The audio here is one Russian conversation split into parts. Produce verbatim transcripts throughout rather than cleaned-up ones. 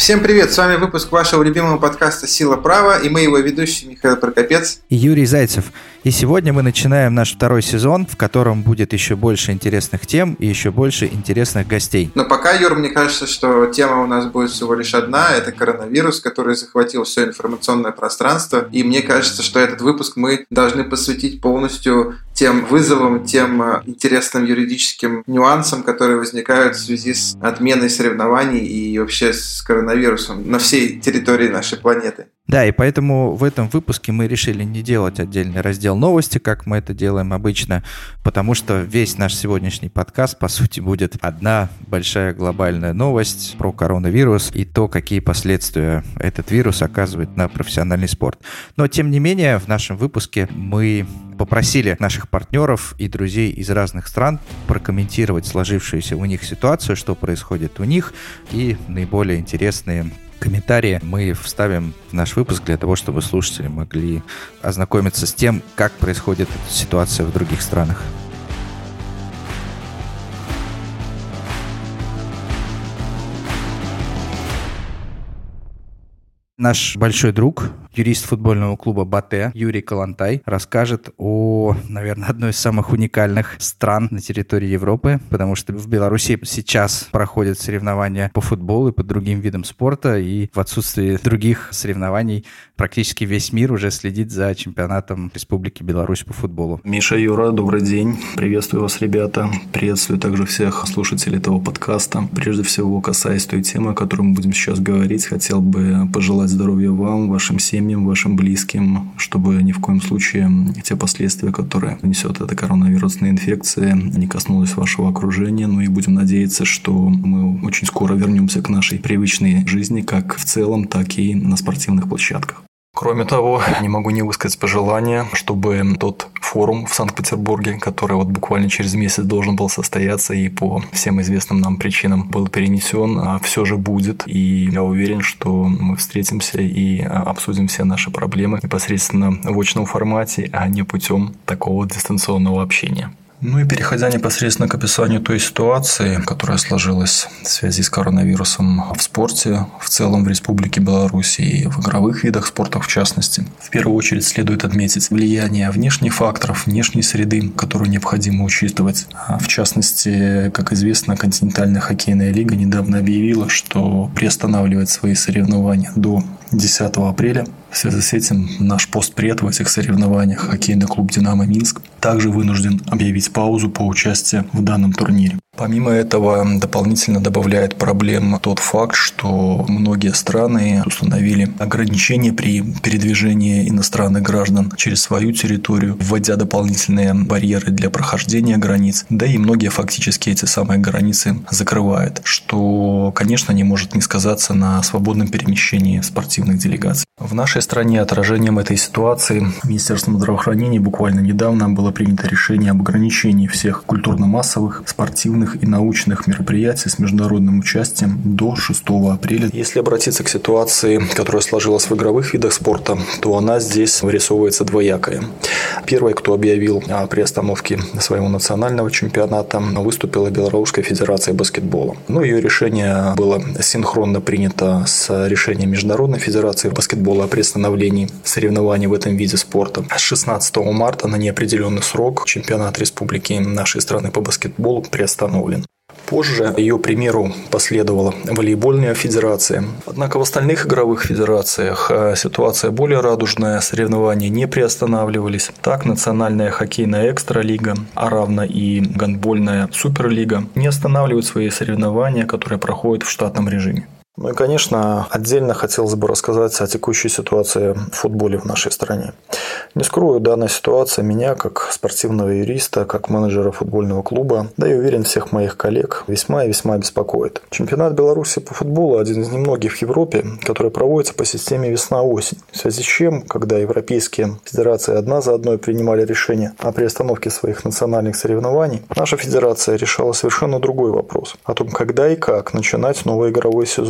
Всем привет, с вами выпуск вашего любимого подкаста «Сила права», и мы его ведущие Михаил Прокопец и Юрий Зайцев. И сегодня мы начинаем наш второй сезон, в котором будет еще больше интересных тем и еще больше интересных гостей. Но пока, Юр, мне кажется, что тема у нас будет всего лишь одна – это коронавирус, который захватил все информационное пространство. И мне кажется, что этот выпуск мы должны посвятить полностью тем вызовам, тем интересным юридическим нюансам, которые возникают в связи с отменой соревнований и вообще с коронавирусом на всей территории нашей планеты. Да, и поэтому в этом выпуске мы решили не делать отдельный раздел новости, как мы это делаем обычно, потому что весь наш сегодняшний подкаст, по сути, будет одна большая глобальная новость про коронавирус и то, какие последствия этот вирус оказывает на профессиональный спорт. Но, тем не менее, в нашем выпуске мы попросили наших партнеров и друзей из разных стран прокомментировать сложившуюся у них ситуацию, что происходит у них, и наиболее интересные комментарии мы вставим в наш выпуск для того, чтобы слушатели могли ознакомиться с тем, как происходит эта ситуация в других странах. Наш большой друг, юрист футбольного клуба «Батэ» Юрий Калантай расскажет о, наверное, одной из самых уникальных стран на территории Европы, потому что в Беларуси сейчас проходят соревнования по футболу и по другим видам спорта, и в отсутствии других соревнований практически весь мир уже следит за чемпионатом Республики Беларусь по футболу. Миша, Юра, добрый день. Приветствую вас, ребята. Приветствую также всех слушателей этого подкаста. Прежде всего, касаясь той темы, о которой мы будем сейчас говорить, хотел бы пожелать здоровья вам, вашим семьям, вашим близким, чтобы ни в коем случае те последствия, которые несет эта коронавирусная инфекция, не коснулись вашего окружения. Ну и будем надеяться, что мы очень скоро вернемся к нашей привычной жизни, как в целом, так и на спортивных площадках. Кроме того, не могу не высказать пожелание, чтобы тот форум в Санкт-Петербурге, который вот буквально через месяц должен был состояться и по всем известным нам причинам был перенесен, а все же будет. И я уверен, что мы встретимся и обсудим все наши проблемы непосредственно в очном формате, а не путем такого дистанционного общения. Ну и переходя непосредственно к описанию той ситуации, которая сложилась в связи с коронавирусом в спорте, в целом в Республике Беларусь и в игровых видах спорта в частности. В первую очередь следует отметить влияние внешних факторов, внешней среды, которую необходимо учитывать. В частности, как известно, континентальная хоккейная лига недавно объявила, что приостанавливает свои соревнования до десятого апреля. В связи с этим наш постпред в этих соревнованиях, хоккейный клуб «Динамо Минск», также вынужден объявить паузу по участию в данном турнире. Помимо этого, дополнительно добавляет проблем тот факт, что многие страны установили ограничения при передвижении иностранных граждан через свою территорию, вводя дополнительные барьеры для прохождения границ, да и многие фактически эти самые границы закрывают, что, конечно, не может не сказаться на свободном перемещении спортивных делегаций. В нашей стране отражением этой ситуации Министерством здравоохранения буквально недавно было принято решение об ограничении всех культурно-массовых, спортивных и научных мероприятий с международным участием до шестого апреля. Если обратиться к ситуации, которая сложилась в игровых видах спорта, то она здесь вырисовывается двоякая. Первой, кто объявил о приостановке своего национального чемпионата, выступила Белорусская федерация баскетбола. Но ее решение было синхронно принято с решением Международной федерации баскетбола о приостановлении соревнований в этом виде спорта. С шестнадцатого марта на неопределенный срок чемпионат республики нашей страны по баскетболу приостановлен. Позже ее примеру последовала волейбольная федерация. Однако в остальных игровых федерациях ситуация более радужная, соревнования не приостанавливались. Так, национальная хоккейная экстралига, а равно и гандбольная суперлига не останавливают свои соревнования, которые проходят в штатном режиме. Ну и, конечно, отдельно хотелось бы рассказать о текущей ситуации в футболе в нашей стране. Не скрою, данная ситуация меня, как спортивного юриста, как менеджера футбольного клуба, да и уверен всех моих коллег, весьма и весьма беспокоит. Чемпионат Беларуси по футболу – один из немногих в Европе, который проводится по системе весна-осень. В связи с чем, когда европейские федерации одна за одной принимали решение о приостановке своих национальных соревнований, наша федерация решала совершенно другой вопрос – о том, когда и как начинать новый игровой сезон.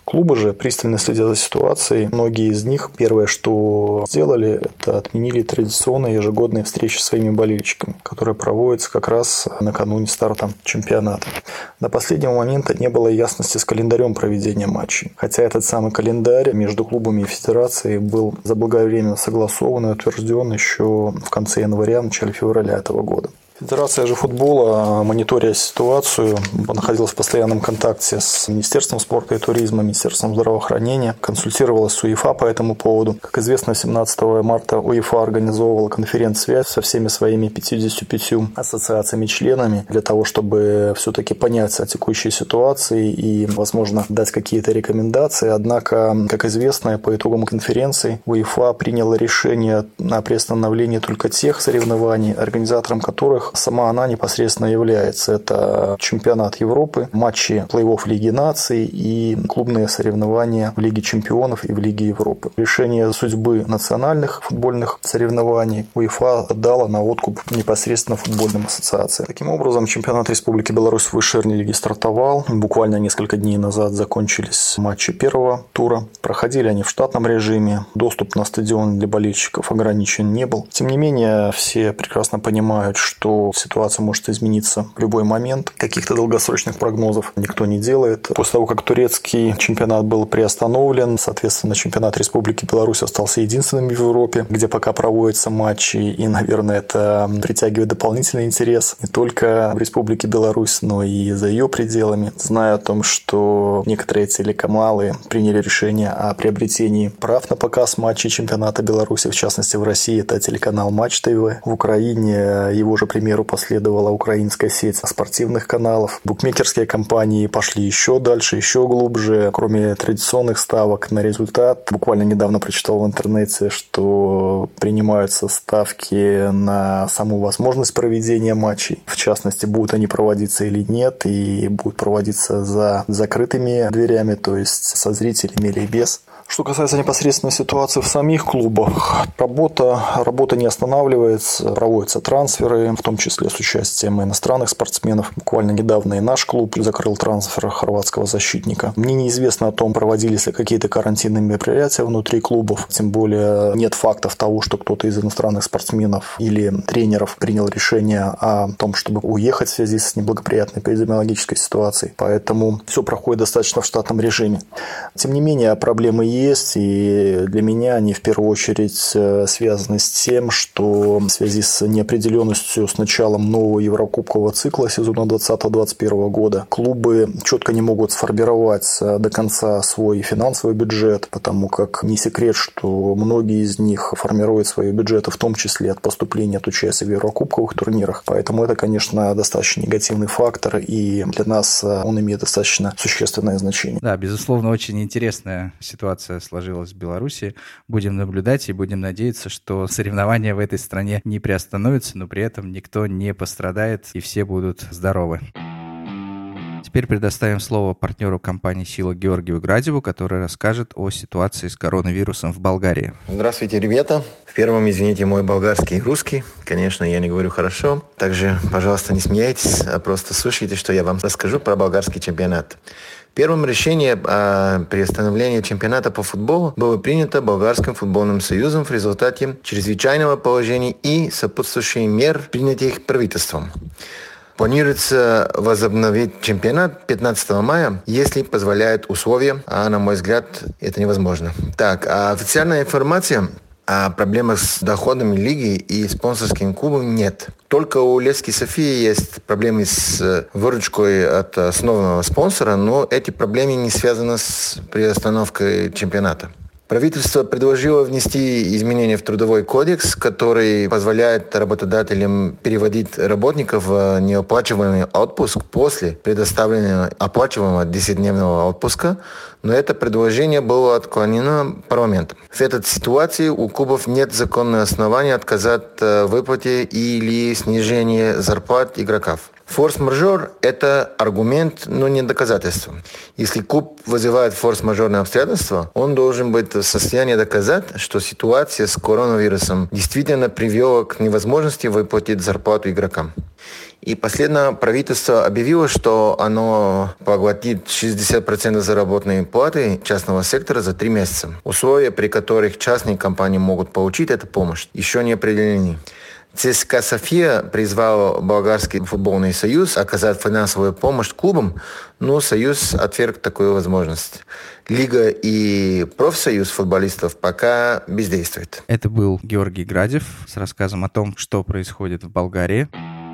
Клубы же пристально следят за ситуацией. Многие из них первое, что сделали, это отменили традиционные ежегодные встречи с своими болельщиками, которые проводятся как раз накануне старта чемпионата. До последнего момента не было ясности с календарем проведения матчей. Хотя этот самый календарь между клубами и федерацией был заблаговременно согласован и утвержден еще в конце января, начале февраля этого года. Федерация же футбола, мониторя ситуацию, находилась в постоянном контакте с Министерством спорта и туризма, Министерством здравоохранения, консультировалась с УЕФА по этому поводу. Как известно, семнадцатого марта УЕФА организовывала конференц-связь со всеми своими пятьюдесятью пятью ассоциациями-членами для того, чтобы все-таки понять о текущей ситуации и, возможно, дать какие-то рекомендации. Однако, как известно, по итогам конференции УЕФА приняла решение о приостановлении только тех соревнований, организатором которых сама она непосредственно является. Это чемпионат Европы, матчи плей-офф Лиги наций и клубные соревнования в Лиге чемпионов и в Лиге Европы. Решение судьбы национальных футбольных соревнований УЕФА отдала на откуп непосредственно футбольным ассоциациям. Таким образом, чемпионат Республики Беларусь в высшей лиге стартовал. Буквально несколько дней назад закончились матчи первого тура. Проходили они в штатном режиме. Доступ на стадион для болельщиков ограничен не был. Тем не менее, все прекрасно понимают, что ситуация может измениться в любой момент. Каких-то долгосрочных прогнозов никто не делает. После того, как турецкий чемпионат был приостановлен, соответственно, чемпионат Республики Беларусь остался единственным в Европе, где пока проводятся матчи. И, наверное, это притягивает дополнительный интерес не только в Республике Беларусь, но и за ее пределами. Зная о том, что некоторые телеканалы приняли решение о приобретении прав на показ матчей чемпионата Беларуси, в частности, в России это телеканал Матч ТВ. В Украине его же примеру последовала украинская сеть спортивных каналов. Букмекерские компании пошли еще дальше, еще глубже. Кроме традиционных ставок на результат, буквально недавно прочитал в интернете, что принимаются ставки на саму возможность проведения матчей. В частности, будут они проводиться или нет, и будут проводиться за закрытыми дверями, то есть со зрителями или без. Что касается непосредственно ситуации в самих клубах, работа, работа не останавливается, проводятся трансферы, в том числе с участием иностранных спортсменов. Буквально недавно и наш клуб закрыл трансфер хорватского защитника. Мне неизвестно о том, проводились ли какие-то карантинные мероприятия внутри клубов, тем более нет фактов того, что кто-то из иностранных спортсменов или тренеров принял решение о том, чтобы уехать в связи с неблагоприятной эпидемиологической ситуацией. Поэтому все проходит достаточно в штатном режиме. Тем не менее, проблемы есть. Есть, и для меня они в первую очередь связаны с тем, что в связи с неопределенностью с началом нового еврокубкового цикла сезона двадцатого-двадцать первого года клубы четко не могут сформировать до конца свой финансовый бюджет, потому как не секрет, что многие из них формируют свои бюджеты в том числе от поступления от участия в еврокубковых турнирах. Поэтому это, конечно, достаточно негативный фактор, и для нас он имеет достаточно существенное значение. Да, безусловно, очень интересная ситуация сложилась в Беларуси. Будем наблюдать и будем надеяться, что соревнования в этой стране не приостановятся, но при этом никто не пострадает и все будут здоровы. Теперь предоставим слово партнеру компании «Сила» Георгию Градеву, который расскажет о ситуации с коронавирусом в Болгарии. Здравствуйте, ребята. В первом, извините, мой болгарский и русский. Конечно, я не говорю хорошо. Также, пожалуйста, не смейтесь, а просто слушайте, что я вам расскажу про болгарский чемпионат. Первым решение о приостановлении чемпионата по футболу было принято Болгарским футбольным союзом в результате чрезвычайного положения и сопутствующих мер, принятых правительством. Планируется возобновить чемпионат пятнадцатого мая, если позволяют условия, а на мой взгляд это невозможно. Так, а официальная информация о проблемах с доходами лиги и спонсорским клубом нет. Только у Левски Софии есть проблемы с выручкой от основного спонсора, но эти проблемы не связаны с приостановкой чемпионата. Правительство предложило внести изменения в Трудовой кодекс, который позволяет работодателям переводить работников в неоплачиваемый отпуск после предоставления оплачиваемого десятидневного отпуска, но это предложение было отклонено парламентом. В этой ситуации у клубов нет законного основания отказать в выплате или снижении зарплат игроков. Форс-мажор – это аргумент, но не доказательство. Если клуб вызывает форс-мажорные обстоятельства, он должен быть в состоянии доказать, что ситуация с коронавирусом действительно привела к невозможности выплатить зарплату игрокам. И последнее правительство объявило, что оно поглотит шестьдесят процентов заработной платы частного сектора за три месяца. Условия, при которых частные компании могут получить эту помощь, еще не определены. ЦСКА «София» призвал Болгарский футбольный союз оказать финансовую помощь клубам, но союз отверг такую возможность. Лига и профсоюз футболистов пока бездействуют. Это был Георгий Градев с рассказом о том, что происходит в Болгарии.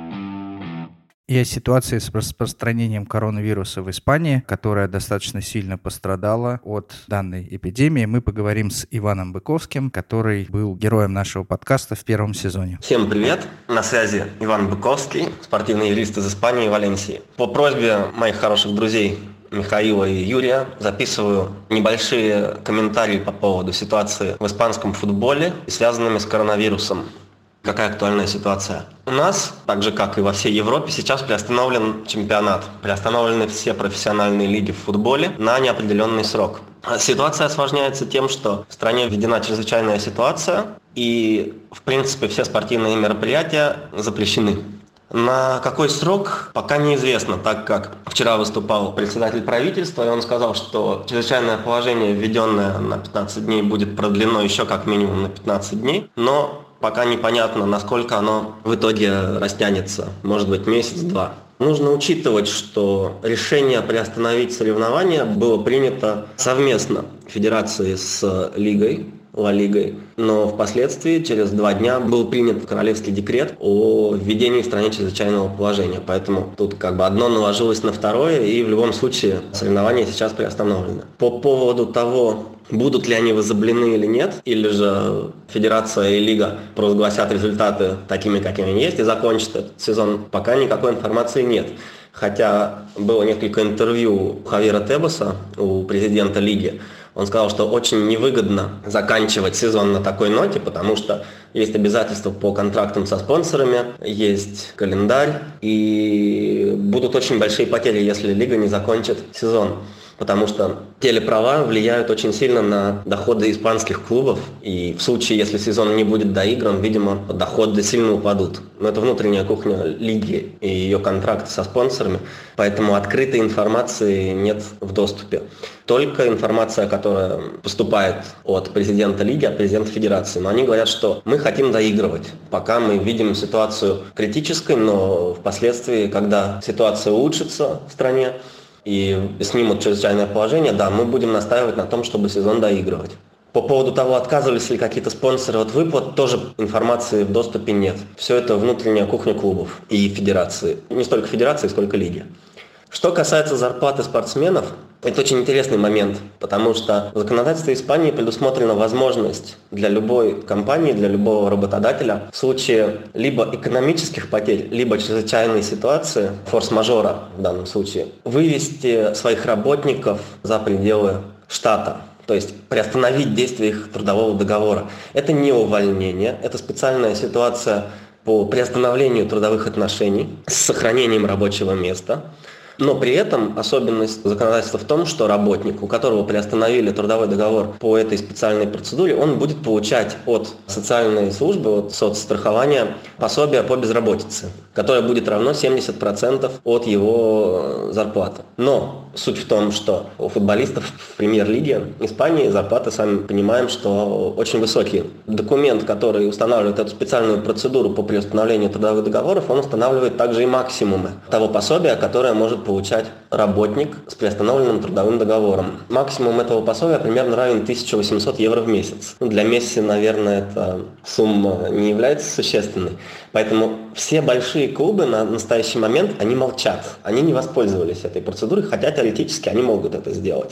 И о ситуации с распространением коронавируса в Испании, которая достаточно сильно пострадала от данной эпидемии, мы поговорим с Иваном Быковским, который был героем нашего подкаста в первом сезоне. Всем привет! На связи Иван Быковский, спортивный юрист из Испании и Валенсии. По просьбе моих хороших друзей Михаила и Юрия записываю небольшие комментарии по поводу ситуации в испанском футболе, связанными с коронавирусом. Какая актуальная ситуация? У нас, так же как и во всей Европе, сейчас приостановлен чемпионат. Приостановлены все профессиональные лиги в футболе на неопределенный срок. Ситуация осложняется тем, что в стране введена чрезвычайная ситуация, и, в принципе, все спортивные мероприятия запрещены. На какой срок, пока неизвестно, так как вчера выступал председатель правительства, и он сказал, что чрезвычайное положение, введенное на пятнадцать дней, будет продлено еще как минимум на пятнадцать дней, но пока непонятно, насколько оно в итоге растянется, может быть, месяц-два. Нужно учитывать, что решение приостановить соревнования было принято совместно Федерацией с Лигой, Ла Лигой, но впоследствии, через два дня, был принят королевский декрет о введении в стране чрезвычайного положения. Поэтому тут как бы одно наложилось на второе, и в любом случае соревнования сейчас приостановлены. По поводу того, будут ли они возобновлены или нет, или же Федерация и Лига провозгласят результаты такими, какими они есть, и закончат этот сезон, пока никакой информации нет. Хотя было несколько интервью у Хавьера Тебоса, у президента Лиги. Он сказал, что очень невыгодно заканчивать сезон на такой ноте, потому что есть обязательства по контрактам со спонсорами, есть календарь, и будут очень большие потери, если Лига не закончит сезон. Потому что телеправа влияют очень сильно на доходы испанских клубов, и в случае, если сезон не будет доигран, видимо, доходы сильно упадут. Но это внутренняя кухня лиги и ее контракты со спонсорами, поэтому открытой информации нет в доступе. Только информация, которая поступает от президента лиги, от президента федерации. Но они говорят, что мы хотим доигрывать, пока мы видим ситуацию критической, но впоследствии, когда ситуация улучшится в стране, и снимут чрезвычайное положение, да, мы будем настаивать на том, чтобы сезон доигрывать. По поводу того, отказывались ли какие-то спонсоры от выплат, тоже информации в доступе нет. Все это внутренняя кухня клубов и федерации. Не столько федерации, сколько лиги. Что касается зарплаты спортсменов, это очень интересный момент, потому что в законодательстве Испании предусмотрена возможность для любой компании, для любого работодателя в случае либо экономических потерь, либо чрезвычайной ситуации, форс-мажора в данном случае, вывести своих работников за пределы штата. То есть приостановить действие их трудового договора. Это не увольнение, это специальная ситуация по приостановлению трудовых отношений с сохранением рабочего места. Но при этом особенность законодательства в том, что работник, у которого приостановили трудовой договор по этой специальной процедуре, он будет получать от социальной службы, от соцстрахования пособие по безработице, которое будет равно семьдесят процентов от его зарплаты. Но суть в том, что у футболистов в премьер-лиге Испании зарплаты, сами понимаем, что очень высокие. Документ, который устанавливает эту специальную процедуру по приостановлению трудовых договоров, он устанавливает также и максимумы того пособия, которое может получать работник с приостановленным трудовым договором. Максимум этого пособия примерно равен тысяча восемьсот евро в месяц. Ну, для Месси, наверное, эта сумма не является существенной. Поэтому все большие клубы на настоящий момент, они молчат. Они не воспользовались этой процедурой, хотя теоретически они могут это сделать.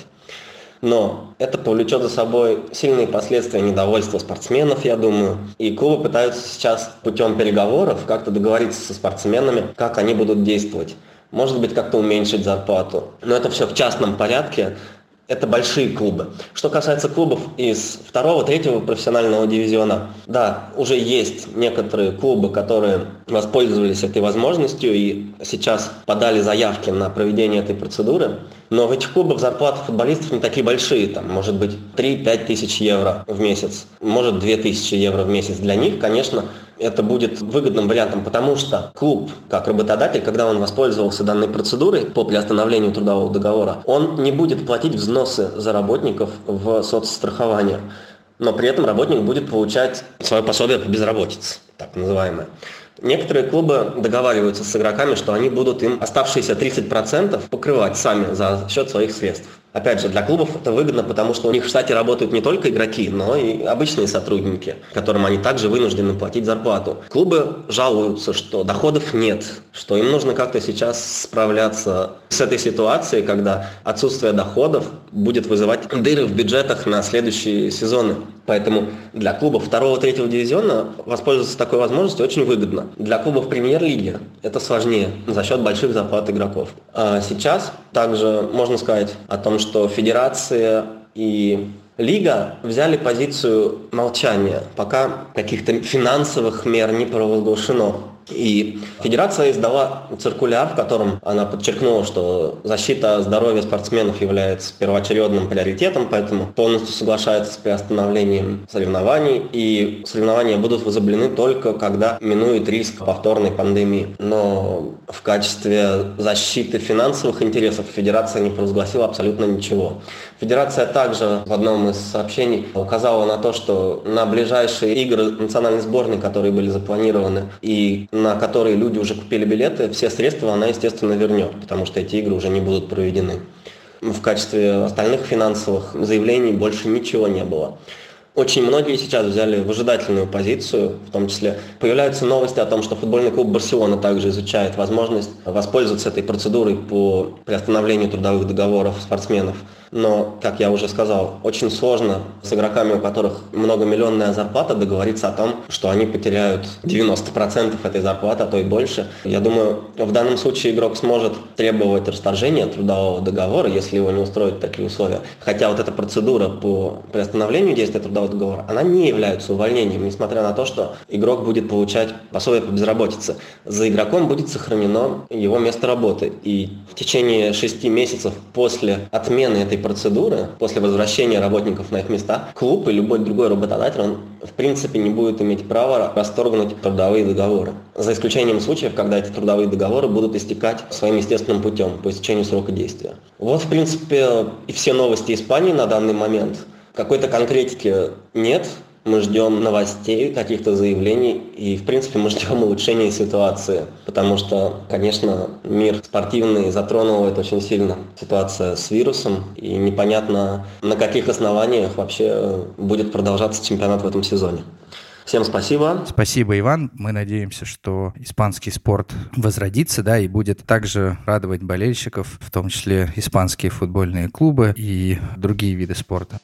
Но это повлечет за собой сильные последствия недовольства спортсменов, я думаю. И клубы пытаются сейчас путем переговоров как-то договориться со спортсменами, как они будут действовать. Может быть, как-то уменьшить зарплату. Но это все в частном порядке. Это большие клубы. Что касается клубов из второго, третьего профессионального дивизиона, да, уже есть некоторые клубы, которые воспользовались этой возможностью и сейчас подали заявки на проведение этой процедуры. Но в этих клубах зарплаты футболистов не такие большие, там, может быть, три-пять тысяч евро в месяц, может, две тысячи евро в месяц. Для них, конечно, это будет выгодным вариантом, потому что клуб, как работодатель, когда он воспользовался данной процедурой по приостановлению трудового договора, он не будет платить взносы за работников в соцстрахование, но при этом работник будет получать свое пособие по безработице, так называемое. Некоторые клубы договариваются с игроками, что они будут им оставшиеся тридцать процентов покрывать сами за счет своих средств. Опять же, для клубов это выгодно, потому что у них в штате работают не только игроки, но и обычные сотрудники, которым они также вынуждены платить зарплату. Клубы жалуются, что доходов нет, что им нужно как-то сейчас справляться с этой ситуацией, когда отсутствие доходов будет вызывать дыры в бюджетах на следующие сезоны. Поэтому для клубов второго-третьего дивизиона воспользоваться такой возможностью очень выгодно. Для клубов премьер-лиги это сложнее за счет больших зарплат игроков. А сейчас также можно сказать о том, что федерация и лига взяли позицию молчания, пока каких-то финансовых мер не провозглашено. И федерация издала циркуляр, в котором она подчеркнула, что защита здоровья спортсменов является первоочередным приоритетом, поэтому полностью соглашается с приостановлением соревнований, и соревнования будут возобновлены только когда минует риск повторной пандемии. Но в качестве защиты финансовых интересов федерация не провозгласила абсолютно ничего. Федерация также в одном из сообщений указала на то, что на ближайшие игры национальной сборной, которые были запланированы и на которые люди уже купили билеты, все средства она, естественно, вернет, потому что эти игры уже не будут проведены. В качестве остальных финансовых заявлений больше ничего не было. Очень многие сейчас взяли выжидательную позицию, в том числе появляются новости о том, что футбольный клуб «Барселона» также изучает возможность воспользоваться этой процедурой по приостановлению трудовых договоров спортсменов. Но, как я уже сказал, очень сложно с игроками, у которых многомиллионная зарплата, договориться о том, что они потеряют девяносто процентов этой зарплаты, а то и больше. Я думаю, в данном случае игрок сможет требовать расторжения трудового договора, если его не устроят такие условия. Хотя вот эта процедура по приостановлению действия трудового договора, она не является увольнением, несмотря на то, что игрок будет получать пособие по безработице. За игроком будет сохранено его место работы. И в течение шести месяцев после отмены этой процедуры, после возвращения работников на их места, клуб и любой другой работодатель, он в принципе не будет иметь права расторгнуть трудовые договоры. За исключением случаев, когда эти трудовые договоры будут истекать своим естественным путем, по истечению срока действия. Вот, в принципе, и все новости Испании на данный момент. Какой-то конкретики нет. Мы ждем новостей, каких-то заявлений, и, в принципе, мы ждем улучшения ситуации, потому что, конечно, мир спортивный затронула это очень сильно. Ситуация с вирусом, и непонятно, на каких основаниях вообще будет продолжаться чемпионат в этом сезоне. Всем спасибо. Спасибо, Иван. Мы надеемся, что испанский спорт возродится, да, и будет также радовать болельщиков, в том числе испанские футбольные клубы и другие виды спорта.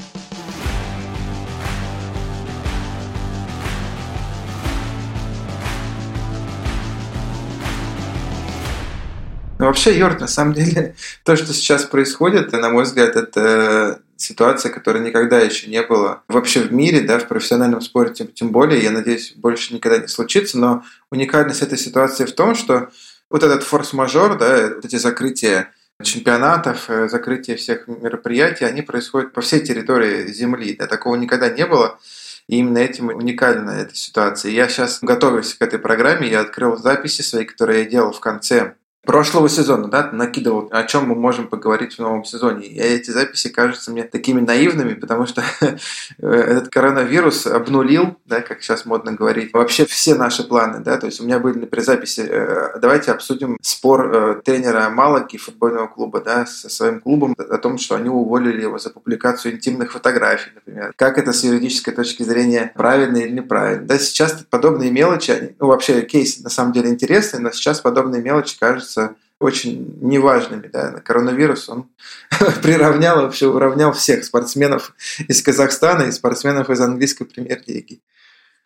Ну, вообще, Йорк, на самом деле, то, что сейчас происходит, на мой взгляд, это ситуация, которой никогда еще не было вообще в мире, да, в профессиональном спорте, тем более, я надеюсь, больше никогда не случится, но уникальность этой ситуации в том, что вот этот форс-мажор, да, вот эти закрытия чемпионатов, закрытие всех мероприятий, они происходят по всей территории Земли, да, такого никогда не было. И именно этим уникальна эта ситуация. Я сейчас, готовясь к этой программе, я открыл записи свои, которые я делал в конце прошлого сезона, да, накидывал, о чем мы можем поговорить в новом сезоне. И эти записи кажутся мне такими наивными, потому что этот коронавирус обнулил, да, как сейчас модно говорить, вообще все наши планы, да, то есть у меня были, например, записи, давайте обсудим спор тренера Малаги футбольного клуба, да, со своим клубом о том, что они уволили его за публикацию интимных фотографий, например. Как это с юридической точки зрения правильно или неправильно. Да, сейчас подобные мелочи, они, ну, вообще кейс на самом деле интересный, но сейчас подобные мелочи кажутся очень неважными. Да. Коронавирус, он приравнял, вообще уравнял всех спортсменов из Казахстана и спортсменов из английской премьер-лиги.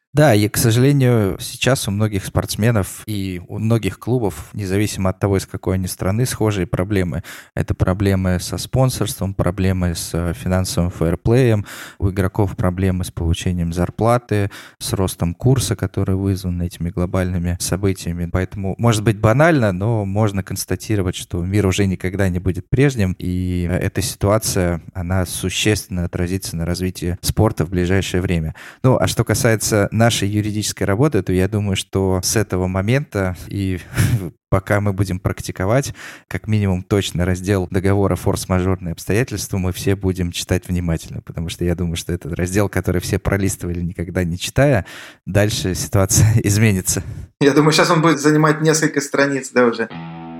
Да, и, к сожалению, сейчас у многих спортсменов и у многих клубов, независимо от того, из какой они страны, схожие проблемы. Это проблемы со спонсорством, проблемы с финансовым фэрплеем, у игроков проблемы с получением зарплаты, с ростом курса, который вызван этими глобальными событиями. Поэтому, может быть, банально, но можно констатировать, что мир уже никогда не будет прежним, и эта ситуация, она существенно отразится на развитии спорта в ближайшее время. Ну, а что касается нашей юридической работы, то я думаю, что с этого момента и пока мы будем практиковать, как минимум точно раздел договора форс-мажорные обстоятельства мы все будем читать внимательно, потому что я думаю, что это раздел, который все пролистывали, никогда не читая, дальше ситуация изменится. Я думаю, сейчас он будет занимать несколько страниц, да, уже.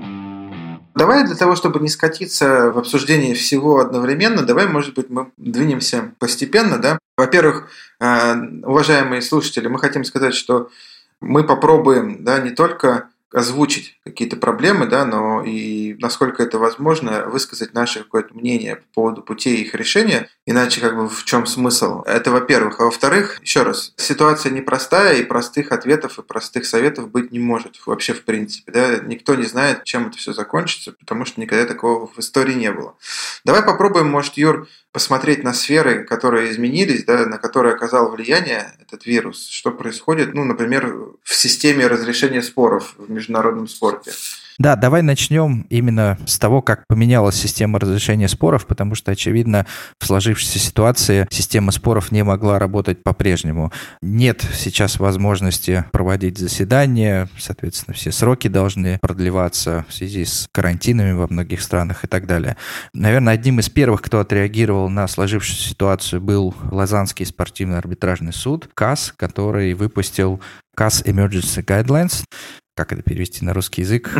Давай для того, чтобы не скатиться в обсуждении всего одновременно, давай, может быть, мы двинемся постепенно, да. Во-первых, уважаемые слушатели, мы хотим сказать, что мы попробуем, да, не только озвучить какие-то проблемы, да, но и, насколько это возможно, высказать наше какое-то мнение по поводу путей их решения, иначе как бы в чем смысл? Это во-первых. А во-вторых, еще раз, ситуация непростая, и простых ответов и простых советов быть не может вообще в принципе. Да? Никто не знает, чем это все закончится, потому что никогда такого в истории не было. Давай попробуем, может, Юр, посмотреть на сферы, которые изменились, да, на которые оказал влияние этот вирус, что происходит, ну, например, в системе разрешения споров в международном спорте. Да, давай начнем именно с того, как поменялась система разрешения споров, потому что, очевидно, в сложившейся ситуации система споров не могла работать по-прежнему. Нет сейчас возможности проводить заседания, соответственно, все сроки должны продлеваться в связи с карантинами во многих странах и так далее. Наверное, одним из первых, кто отреагировал на сложившуюся ситуацию, был Лозаннский спортивный арбитражный суд, КАС, который выпустил КАС Emergency Guidelines. Как это перевести на русский язык?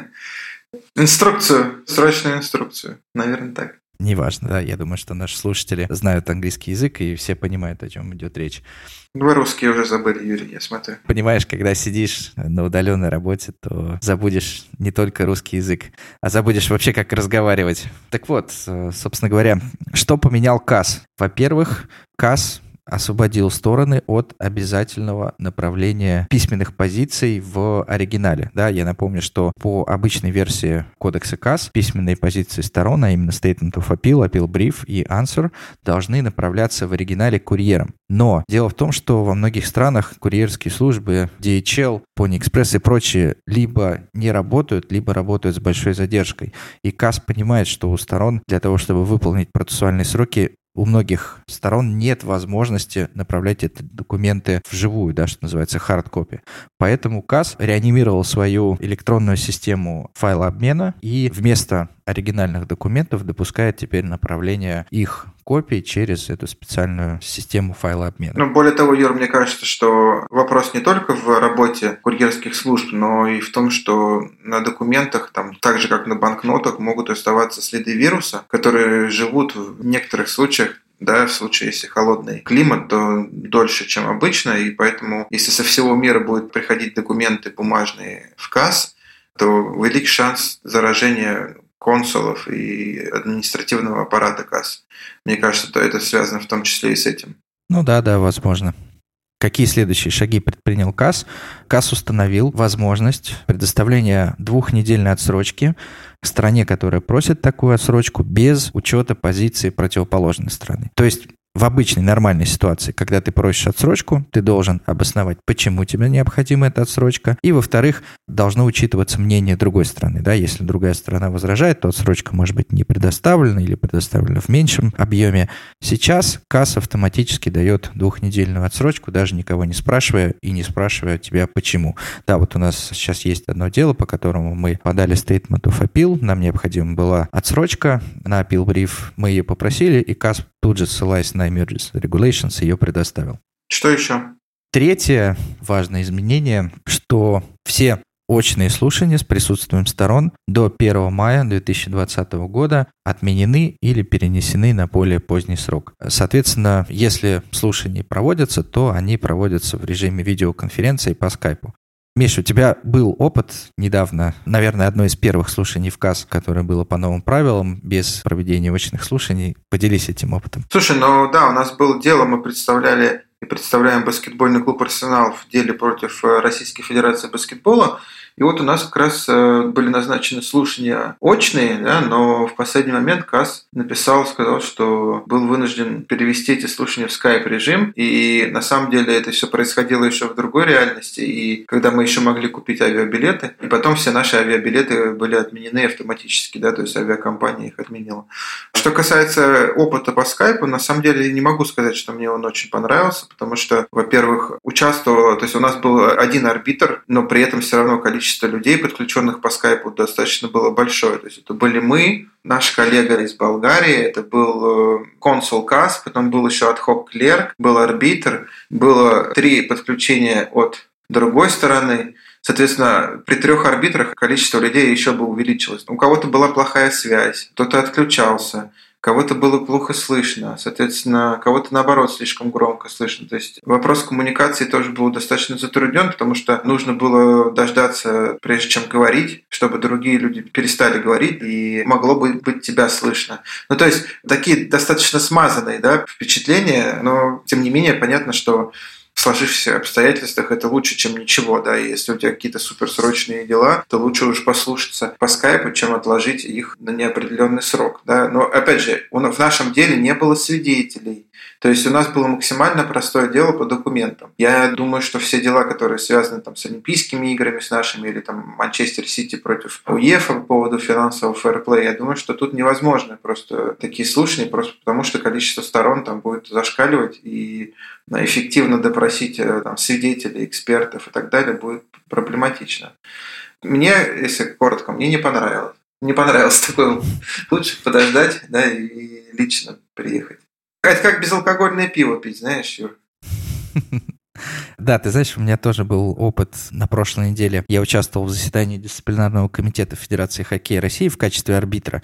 Инструкцию, срочную инструкцию, наверное, так. Неважно, да, я думаю, что наши слушатели знают английский язык и все понимают, о чем идет речь. Вы русские уже забыли, Юрий, я смотрю. Понимаешь, когда сидишь на удаленной работе, то забудешь не только русский язык, а забудешь вообще, как разговаривать. Так вот, собственно говоря, что поменял КАС? Во-первых, КАС освободил стороны от обязательного направления письменных позиций в оригинале. Да, я напомню, что по обычной версии кодекса КАС письменные позиции сторон, а именно Statement of Appeal, Appeal Brief и Answer, должны направляться в оригинале курьером. Но дело в том, что во многих странах курьерские службы, ди эйч эл, Pony Express и прочие либо не работают, либо работают с большой задержкой. И КАС понимает, что у сторон для того, чтобы выполнить процессуальные сроки, у многих сторон нет возможности направлять эти документы вживую, да, что называется hard copy. Поэтому КАС реанимировал свою электронную систему файлообмена и вместо оригинальных документов допускает теперь направление их копий через эту специальную систему файлообмена. Ну, более того, Юр, мне кажется, что вопрос не только в работе курьерских служб, но и в том, что на документах, там, так же как на банкнотах, могут оставаться следы вируса, которые живут в некоторых случаях, да, в случае, если холодный климат, то дольше, чем обычно, и поэтому, если со всего мира будут приходить документы бумажные в КАС, то велик шанс заражения консулов и административного аппарата КАС. Мне кажется, то это связано в том числе и с этим. Ну да, да, возможно. Какие следующие шаги предпринял КАС? КАС установил возможность предоставления двухнедельной отсрочки стране, которая просит такую отсрочку, без учета позиции противоположной страны. То есть в обычной нормальной ситуации, когда ты просишь отсрочку, ты должен обосновать, почему тебе необходима эта отсрочка. И, во-вторых, должно учитываться мнение другой стороны. Да? Если другая сторона возражает, то отсрочка может быть не предоставлена или предоставлена в меньшем объеме. Сейчас КАС автоматически дает двухнедельную отсрочку, даже никого не спрашивая и не спрашивая тебя, почему. Да, вот у нас сейчас есть одно дело, по которому мы подали Statement of Appeal, нам необходима была отсрочка на Appeal Brief, мы ее попросили, и КАС тут же, ссылаясь на Emergency Regulations, ее предоставил. Что еще? Третье важное изменение, что все очные слушания с присутствием сторон до первого мая две тысячи двадцатого года отменены или перенесены на более поздний срок. Соответственно, если слушания проводятся, то они проводятся в режиме видеоконференции по скайпу. Миша, у тебя был опыт недавно, наверное, одно из первых слушаний в КАС, которое было по новым правилам, без проведения очных слушаний. Поделись этим опытом. Слушай, ну да, у нас было дело, мы представляли и представляем баскетбольный клуб «Арсенал» в деле против Российской Федерации баскетбола. И вот у нас как раз были назначены слушания очные, да, но в последний момент КАС написал, сказал, что был вынужден перевести эти слушания в скайп-режим. И на самом деле это все происходило еще в другой реальности, и когда мы еще могли купить авиабилеты, и потом все наши авиабилеты были отменены автоматически, да, то есть авиакомпания их отменила. Что касается опыта по скайпу, на самом деле не могу сказать, что мне он очень понравился, потому что, во-первых, участвовало, то есть у нас был один арбитр, но при этом все равно количество Количество людей, подключенных по скайпу, достаточно было большое. То есть это были мы, наш коллега из Болгарии, это был консул КАС, потом был еще ad-hoc клерк, был арбитр, было три подключения от другой стороны. Соответственно, при трех арбитрах количество людей еще бы увеличилось. У кого-то была плохая связь, кто-то отключался, кого-то было плохо слышно, соответственно, кого-то, наоборот, слишком громко слышно. То есть вопрос коммуникации тоже был достаточно затруднен, потому что нужно было дождаться, прежде чем говорить, чтобы другие люди перестали говорить, и могло бы быть тебя слышно. Ну, то есть такие достаточно смазанные, да, впечатления, но, тем не менее, понятно, что в сложившихся обстоятельствах это лучше, чем ничего, да, и если у тебя какие-то суперсрочные дела, то лучше уж послушаться по скайпу, чем отложить их на неопределенный срок, да, но, опять же, в нашем деле не было свидетелей, то есть у нас было максимально простое дело по документам. Я думаю, что все дела, которые связаны там с Олимпийскими играми, с нашими, или там Манчестер Сити против УЕФА по поводу финансового фэрплея, я думаю, что тут невозможно просто такие слушания, просто потому что количество сторон там будет зашкаливать, и эффективно допросить там свидетелей, экспертов и так далее будет проблематично. Мне, если коротко, мне не понравилось. Не понравилось такое. Лучше подождать, да, и лично приехать. Это как безалкогольное пиво пить, знаешь, Юр. Да, ты знаешь, у меня тоже был опыт на прошлой неделе. Я участвовал в заседании дисциплинарного комитета Федерации хоккея России в качестве арбитра.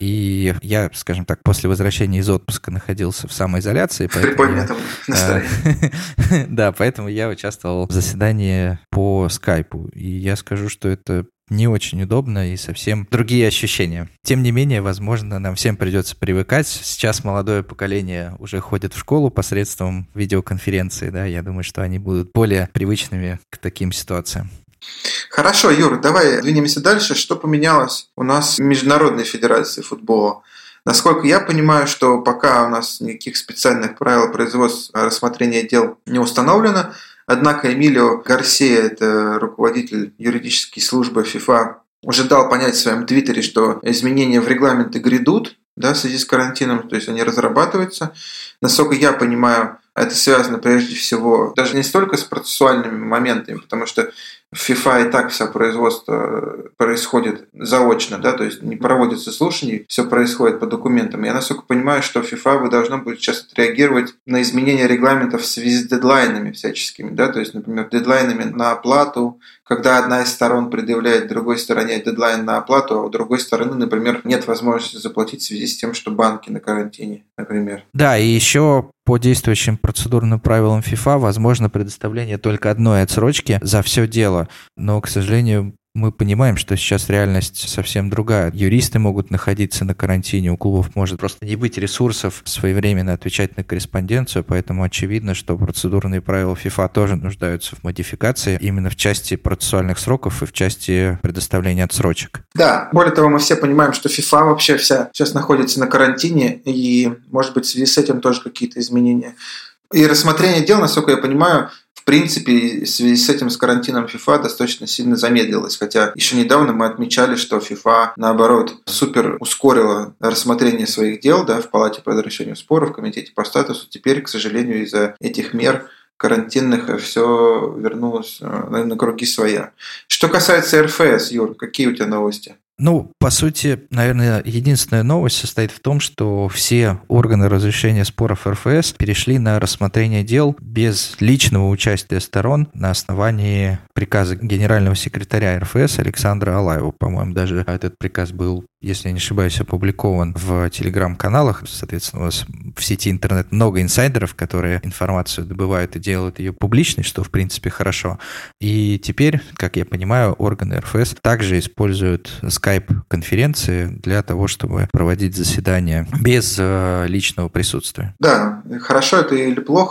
И я, скажем так, после возвращения из отпуска находился в самоизоляции. Приподнятом настроении. Да, поэтому я участвовал в заседании по скайпу. И я скажу, что это не очень удобно и совсем другие ощущения. Тем не менее, возможно, нам всем придется привыкать. Сейчас молодое поколение уже ходит в школу посредством видеоконференции, да, я думаю, что они будут более привычными к таким ситуациям. Хорошо, Юр, давай двинемся дальше. Что поменялось у нас в Международной Федерации футбола? Насколько я понимаю, что пока у нас никаких специальных правил производства рассмотрения дел не установлено. Однако Эмилио Гарсия, это руководитель юридической службы ФИФА, уже дал понять в своем твиттере, что изменения в регламенты грядут, да, в связи с карантином, то есть они разрабатываются. Насколько я понимаю, это связано прежде всего даже не столько с процессуальными моментами, потому что в FIFA и так все производство происходит заочно, да, то есть не проводятся слушания, все происходит по документам. Я насколько понимаю, что FIFA вы должно будет сейчас отреагировать на изменения регламентов в связи с дедлайнами всяческими, да, то есть, например, дедлайнами на оплату, когда одна из сторон предъявляет другой стороне дедлайн на оплату, а у другой стороны, например, нет возможности заплатить в связи с тем, что банки на карантине, например. Да, и еще по действующим процедурным правилам FIFA возможно предоставление только одной отсрочки за все дело. Но, к сожалению, мы понимаем, что сейчас реальность совсем другая. Юристы могут находиться на карантине, у клубов может просто не быть ресурсов своевременно отвечать на корреспонденцию, поэтому очевидно, что процедурные правила FIFA тоже нуждаются в модификации именно в части процессуальных сроков и в части предоставления отсрочек. Да, более того, мы все понимаем, что FIFA вообще вся сейчас находится на карантине, и, может быть, в связи с этим тоже какие-то изменения. И рассмотрение дел, насколько я понимаю, в принципе, в связи с этим, с карантином FIFA достаточно сильно замедлилось. Хотя еще недавно мы отмечали, что FIFA, наоборот, супер ускорила рассмотрение своих дел, да, в Палате по разрешению споров, в Комитете по статусу. Теперь, к сожалению, из-за этих мер карантинных все вернулось на круги своя. Что касается эр эф эс, Юр, какие у тебя новости? Ну, по сути, наверное, единственная новость состоит в том, что все органы разрешения споров эр эф эс перешли на рассмотрение дел без личного участия сторон на основании приказа генерального секретаря эр эф эс Александра Алаева. По-моему, даже этот приказ был, если я не ошибаюсь, опубликован в телеграм-каналах. Соответственно, у нас в сети интернет много инсайдеров, которые информацию добывают и делают ее публичной, что, в принципе, хорошо. И теперь, как я понимаю, органы эр эф эс также используют скайп-конференции для того, чтобы проводить заседания без э, личного присутствия. Да, хорошо это или плохо,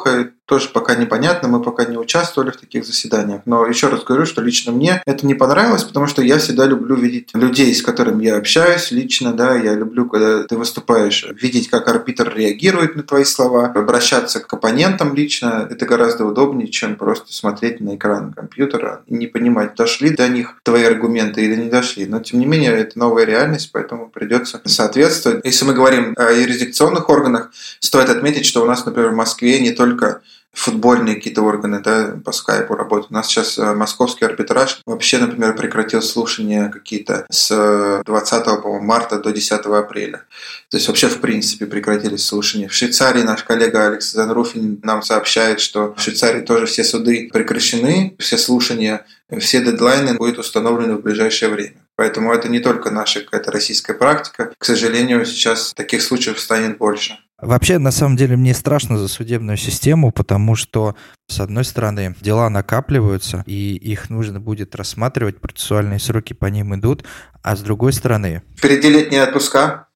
тоже пока непонятно, мы пока не участвовали в таких заседаниях. Но еще раз говорю, что лично мне это не понравилось, потому что я всегда люблю видеть людей, с которыми я общаюсь лично, да, я люблю, когда ты выступаешь, видеть, как арбитр реагирует на твои слова, обращаться к оппонентам лично. Это гораздо удобнее, чем просто смотреть на экран компьютера и не понимать, дошли до них твои аргументы или не дошли. Но, тем не менее, это новая реальность, поэтому придется соответствовать. Если мы говорим о юрисдикционных органах, стоит отметить, что у нас, например, в Москве не только футбольные какие-то органы, да, по скайпу работают. У нас сейчас московский арбитраж вообще, например, прекратил слушания какие-то с двадцатого, по-моему, марта до десятого апреля. То есть вообще в принципе прекратились слушания. В Швейцарии наш коллега Алекс Занруфин нам сообщает, что в Швейцарии тоже все суды прекращены, все слушания, все дедлайны будут установлены в ближайшее время. Поэтому это не только наша какая-то российская практика. К сожалению, сейчас таких случаев станет больше. Вообще, на самом деле, мне страшно за судебную систему, потому что, с одной стороны, дела накапливаются, и их нужно будет рассматривать, процессуальные сроки по ним идут, а с другой стороны... Впереди летние отпуска.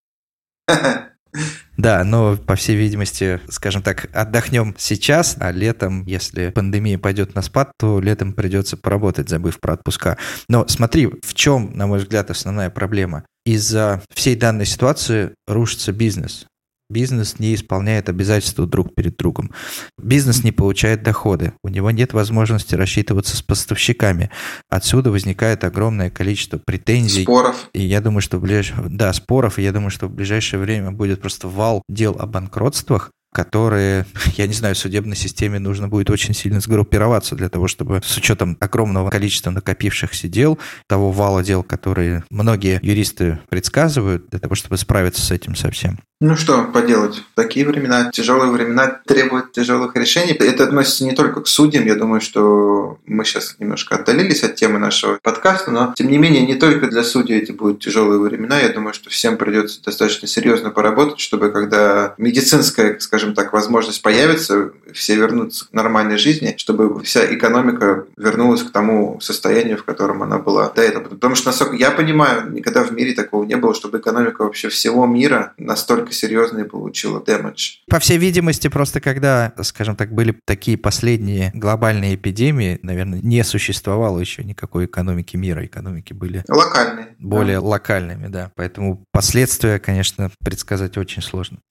Да, но, по всей видимости, скажем так, отдохнем сейчас, а летом, если пандемия пойдет на спад, то летом придется поработать, забыв про отпуска. Но смотри, в чем, на мой взгляд, основная проблема? Из-за всей данной ситуации рушится бизнес. Бизнес не исполняет обязательства друг перед другом. Бизнес не получает доходы. У него нет возможности рассчитываться с поставщиками. Отсюда возникает огромное количество претензий. Споров. И я думаю, что в ближ... да, споров. И я думаю, что в ближайшее время будет просто вал дел о банкротствах, которые, я не знаю, в судебной системе нужно будет очень сильно сгруппироваться для того, чтобы с учетом огромного количества накопившихся дел, того вала дел, которые многие юристы предсказывают, для того, чтобы справиться с этим совсем. Ну что поделать, такие времена, тяжелые времена требуют тяжелых решений. Это относится не только к судьям, я думаю, что мы сейчас немножко отдалились от темы нашего подкаста, но тем не менее не только для судей эти будут тяжелые времена, я думаю, что всем придется достаточно серьезно поработать, чтобы когда медицинская, скажем так, возможность появится, все вернутся к нормальной жизни, чтобы вся экономика вернулась к тому состоянию, в котором она была до этого. Потому что, насколько я понимаю, никогда в мире такого не было, чтобы экономика вообще всего мира настолько серьезно и получила дэмэдж. По всей видимости, просто когда, скажем так, были такие последние глобальные эпидемии, наверное, не существовало еще никакой экономики мира. Экономики были локальные. Более да. локальными, да. Поэтому последствия, конечно, предсказать очень сложно.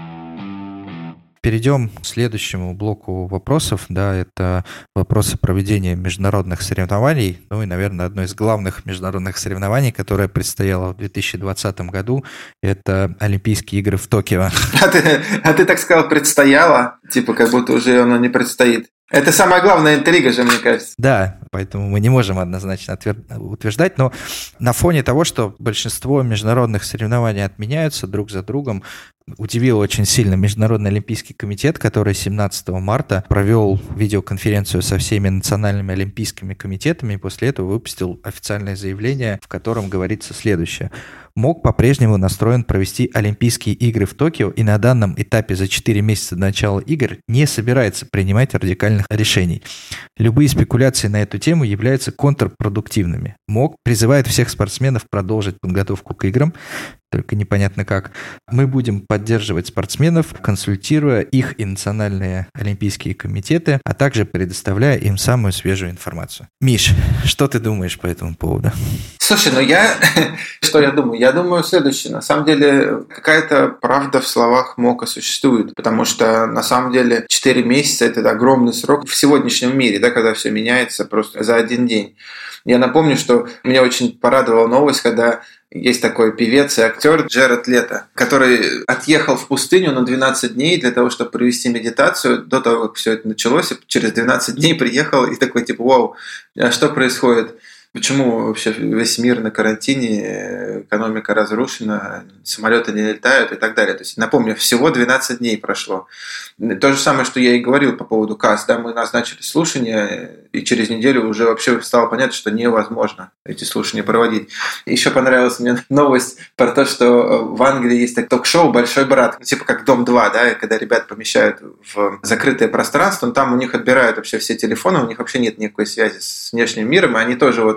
Перейдем к следующему блоку вопросов. Да, это вопросы проведения международных соревнований. Ну и, наверное, одно из главных международных соревнований, которое предстояло в две тысячи двадцатом году, это Олимпийские игры в Токио. А ты, а ты так сказал, предстояло? Типа, как будто уже оно не предстоит. Это самая главная интрига же, мне кажется. Да, поэтому мы не можем однозначно отвер... утверждать, но на фоне того, что большинство международных соревнований отменяются друг за другом, удивил очень сильно Международный олимпийский комитет, который семнадцатого марта провел видеоконференцию со всеми национальными олимпийскими комитетами и после этого выпустил официальное заявление, в котором говорится следующее. МОК по-прежнему настроен провести Олимпийские игры в Токио и на данном этапе за четыре месяца до начала игр не собирается принимать радикальных решений. Любые спекуляции на эту тему являются контрпродуктивными. МОК призывает всех спортсменов продолжить подготовку к играм, только непонятно как. Мы будем поддерживать спортсменов, консультируя их и национальные олимпийские комитеты, а также предоставляя им самую свежую информацию. Миш, что ты думаешь по этому поводу? Слушай, ну я... Что я думаю? Я думаю следующее. На самом деле, какая-то правда в словах МОКа существует, потому что, на самом деле, четыре месяца – это огромный срок в сегодняшнем мире, да, когда все меняется просто за один день. Я напомню, что меня очень порадовала новость, когда есть такой певец и актер Джеред Лето, который отъехал в пустыню на двенадцать дней для того, чтобы провести медитацию до того, как все это началось, и через двенадцать дней приехал и такой типа «Вау, а что происходит?» Почему вообще весь мир на карантине, экономика разрушена, самолеты не летают и так далее. То есть, напомню, всего двенадцать дней прошло. То же самое, что я и говорил по поводу КАС. Да, мы назначили слушания, и через неделю уже вообще стало понятно, что невозможно эти слушания проводить. Еще понравилась мне новость про то, что в Англии есть такое ток-шоу «Большой брат», типа как «Дом-два», да, когда ребят помещают в закрытое пространство, там у них отбирают вообще все телефоны, у них вообще нет никакой связи с внешним миром, и они тоже вот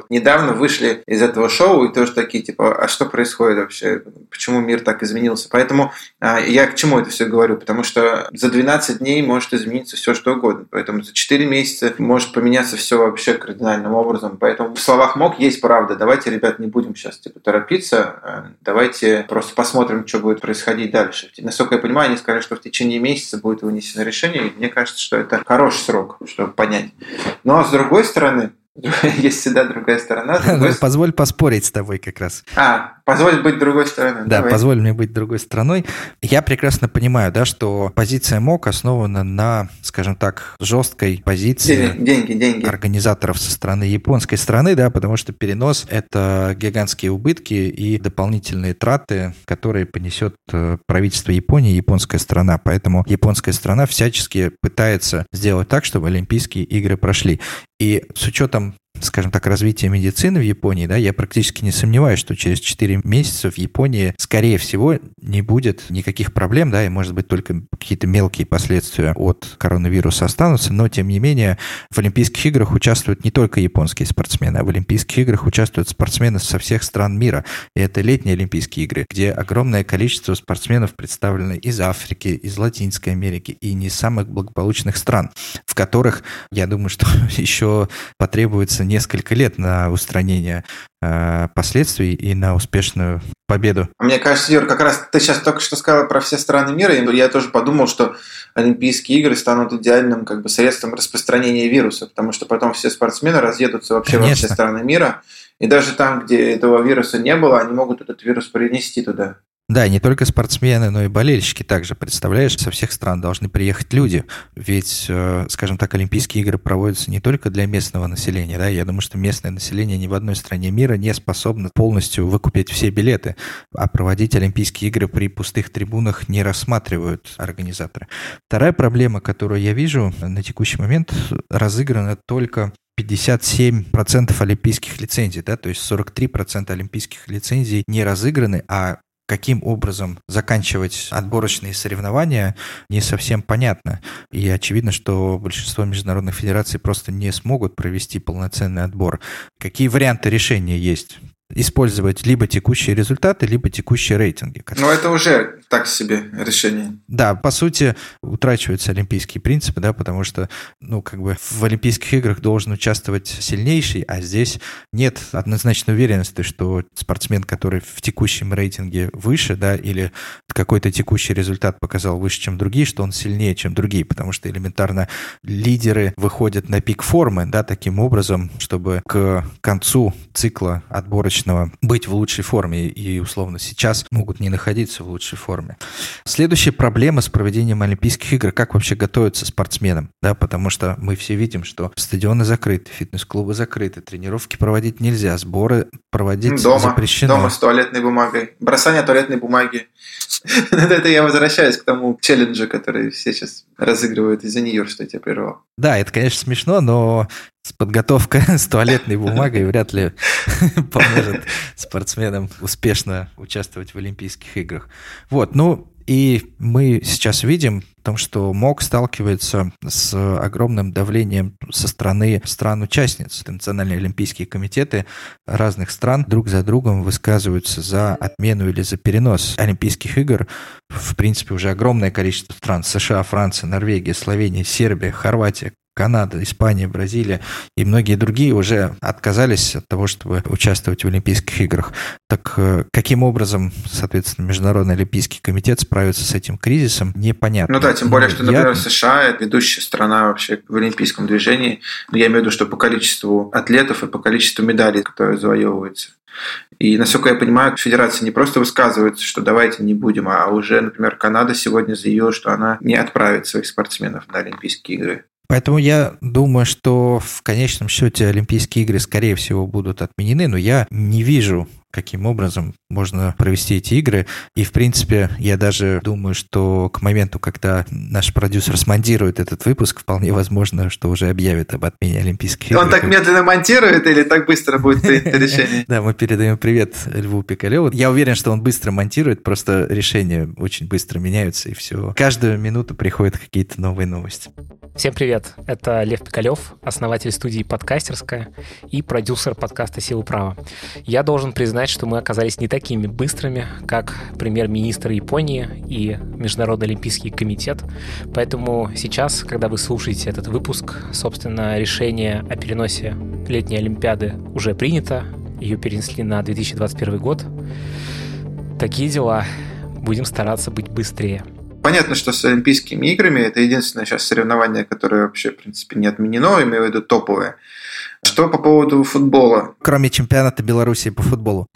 недавно вышли из этого шоу и тоже такие, типа, а что происходит вообще? Почему мир так изменился? Поэтому я к чему это все говорю? Потому что за двенадцать дней может измениться все что угодно. Поэтому за четыре месяца может поменяться все вообще кардинальным образом. Поэтому в словах МОК есть правда. Давайте, ребят, не будем сейчас типа торопиться. Давайте просто посмотрим, что будет происходить дальше. Насколько я понимаю, они сказали, что в течение месяца будет вынесено решение. И мне кажется, что это хороший срок, чтобы понять. Но с другой стороны, есть всегда другая сторона. Другой... Позволь поспорить с тобой как раз. А, позволь быть другой стороной. Да, Давай. Позволь мне быть другой стороной. Я прекрасно понимаю, да, что позиция МОК основана на, скажем так, жесткой позиции деньги, деньги. организаторов со стороны японской стороны, да, потому что перенос – это гигантские убытки и дополнительные траты, которые понесет правительство Японии и японская страна. Поэтому японская страна всячески пытается сделать так, чтобы Олимпийские игры прошли. И с учетом, скажем так, развития медицины в Японии, да, я практически не сомневаюсь, что через четыре месяца в Японии, скорее всего, не будет никаких проблем, да, и, может быть, только какие-то мелкие последствия от коронавируса останутся, но, тем не менее, в Олимпийских играх участвуют не только японские спортсмены, а в Олимпийских играх участвуют спортсмены со всех стран мира. И это летние Олимпийские игры, где огромное количество спортсменов представлено из Африки, из Латинской Америки и не из самых благополучных стран, в которых, я думаю, что еще потребуется несколько лет на устранение э, последствий и на успешную победу. Мне кажется, Юр, как раз ты сейчас только что сказал про все страны мира, и я тоже подумал, что Олимпийские игры станут идеальным как бы средством распространения вируса, потому что потом все спортсмены разъедутся вообще Конечно. во все страны мира, и даже там, где этого вируса не было, они могут этот вирус принести туда. Да, не только спортсмены, но и болельщики также, представляешь, со всех стран должны приехать люди. Ведь, скажем так, Олимпийские игры проводятся не только для местного населения. Да? Я думаю, что местное население ни в одной стране мира не способно полностью выкупить все билеты, а проводить Олимпийские игры при пустых трибунах не рассматривают организаторы. Вторая проблема, которую я вижу на текущий момент, разыграна только пятьдесят семь процентов олимпийских лицензий, да? То есть сорок три процента олимпийских лицензий не разыграны, а каким образом заканчивать отборочные соревнования, не совсем понятно. И очевидно, что большинство международных федераций просто не смогут провести полноценный отбор. Какие варианты решения есть? Использовать либо текущие результаты, либо текущие рейтинги. Но это уже так себе решение. Да, по сути, утрачиваются олимпийские принципы, да, потому что, ну, как бы в Олимпийских играх должен участвовать сильнейший, а здесь нет однозначной уверенности, что спортсмен, который в текущем рейтинге выше, да, или какой-то текущий результат показал выше, чем другие, что он сильнее, чем другие, потому что элементарно лидеры выходят на пик формы, да, таким образом, чтобы к концу цикла отборочного быть в лучшей форме, и условно сейчас могут не находиться в лучшей форме. Следующая проблема с проведением Олимпийских игр: как вообще готовиться спортсменам, да, потому что мы все видим, что стадионы закрыты, фитнес-клубы закрыты, тренировки проводить нельзя, сборы проводить дома, запрещено. Дома с туалетной бумагой, бросание туалетной бумаги. Это я возвращаюсь к тому челленджу, который все сейчас разыгрывают. Извини, Юр, что я тебя прервал. Да, это, конечно, смешно, но подготовка с туалетной бумагой вряд ли поможет спортсменам успешно участвовать в Олимпийских играх. Вот, ну и мы сейчас видим о том, что МОК сталкивается с огромным давлением со стороны стран-участниц. Национальные олимпийские комитеты разных стран друг за другом высказываются за отмену или за перенос Олимпийских игр. В принципе, уже огромное количество стран: США, Франция, Норвегия, Словения, Сербия, Хорватия, Канада, Испания, Бразилия и многие другие уже отказались от того, чтобы участвовать в Олимпийских играх. Так каким образом, соответственно, Международный олимпийский комитет справится с этим кризисом, непонятно. Ну да, тем более, что, например, Я... США – это ведущая страна вообще в олимпийском движении. Я имею в виду, что по количеству атлетов и по количеству медалей, которые завоевываются. И, насколько я понимаю, федерация не просто высказывается, что давайте не будем, а уже, например, Канада сегодня заявила, что она не отправит своих спортсменов на Олимпийские игры. Поэтому я думаю, что в конечном счете Олимпийские игры, скорее всего, будут отменены, но я не вижу каким образом можно провести эти игры. И, в принципе, я даже думаю, что к моменту, когда наш продюсер смонтирует этот выпуск, вполне возможно, что уже объявит об отмене Олимпийских игр. Он так медленно монтирует или так быстро будет принято решение? Да, мы передаем привет Льву Пикалеву. Я уверен, что он быстро монтирует, просто решения очень быстро меняются, и все. Каждую минуту приходят какие-то новые новости. Всем привет, это Лев Пикалев, основатель студии «Подкастерская» и продюсер подкаста «Силы права». Я должен признать, что мы оказались не такими быстрыми, как премьер-министр Японии и Международный олимпийский комитет, поэтому сейчас, когда вы слушаете этот выпуск, собственно, решение о переносе летней Олимпиады уже принято, ее перенесли на две тысячи двадцать первый год. Такие дела, будем стараться быть быстрее. Понятно, что с Олимпийскими играми это единственное сейчас соревнование, которое вообще, в принципе, не отменено, имею в виду топовое. Что по поводу футбола? Кроме чемпионата Беларуси по футболу.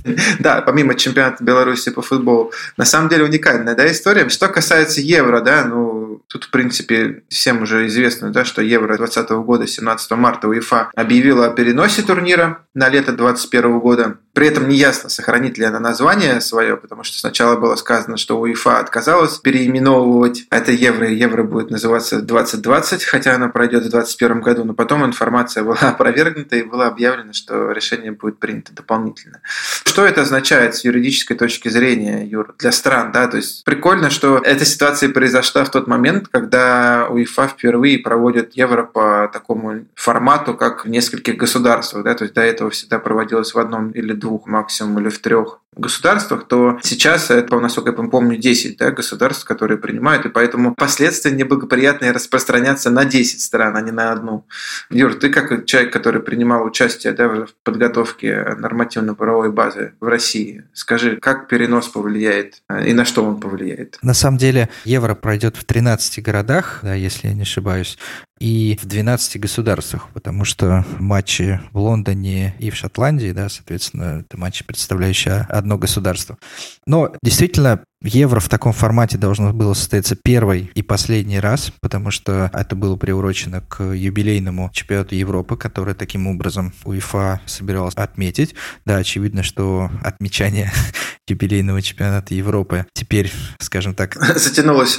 Да, помимо чемпионата Беларуси по футболу. На самом деле уникальная, да, история. Что касается Евро, да, ну, тут, в принципе, всем уже известно, да, что Евро двадцатого года, семнадцатого марта, УЕФА объявила о переносе турнира на лето двадцать первого года. При этом неясно, сохранит ли она название свое, потому что сначала было сказано, что УЕФА отказалась переименовывать это Евро, и Евро будет называться двадцать двадцать, хотя оно пройдет в двадцать первом году, но потом информация была опровергнута и было объявлено, что решение будет принято дополнительно. Что это означает с юридической точки зрения, Юр, для стран, да? То есть прикольно, что эта ситуация произошла в тот момент, когда УЕФА впервые проводит Евро по такому формату, как в нескольких государствах, да? То есть до этого всегда проводилось в одном или двух, максимум, или в трех государствах, то сейчас это, насколько я помню, десять, да, государств, которые принимают, и поэтому последствия неблагоприятные распространятся на десять стран, а не на одну. Юр, ты как человек, который принимал участие, да, в подготовке нормативно-правовой базы в России, скажи, как перенос повлияет и на что он повлияет? На самом деле Евро пройдет в тринадцати городах, да, если я не ошибаюсь, и в двенадцати государствах, потому что матчи в Лондоне и в Шотландии, да, соответственно, это матчи, представляющие одно государство. Но действительно, Евро в таком формате должно было состояться первый и последний раз, потому что это было приурочено к юбилейному чемпионату Европы, который таким образом УЕФА собиралась отметить. Да, очевидно, что отмечание юбилейного чемпионата Европы теперь, скажем так, затянулось.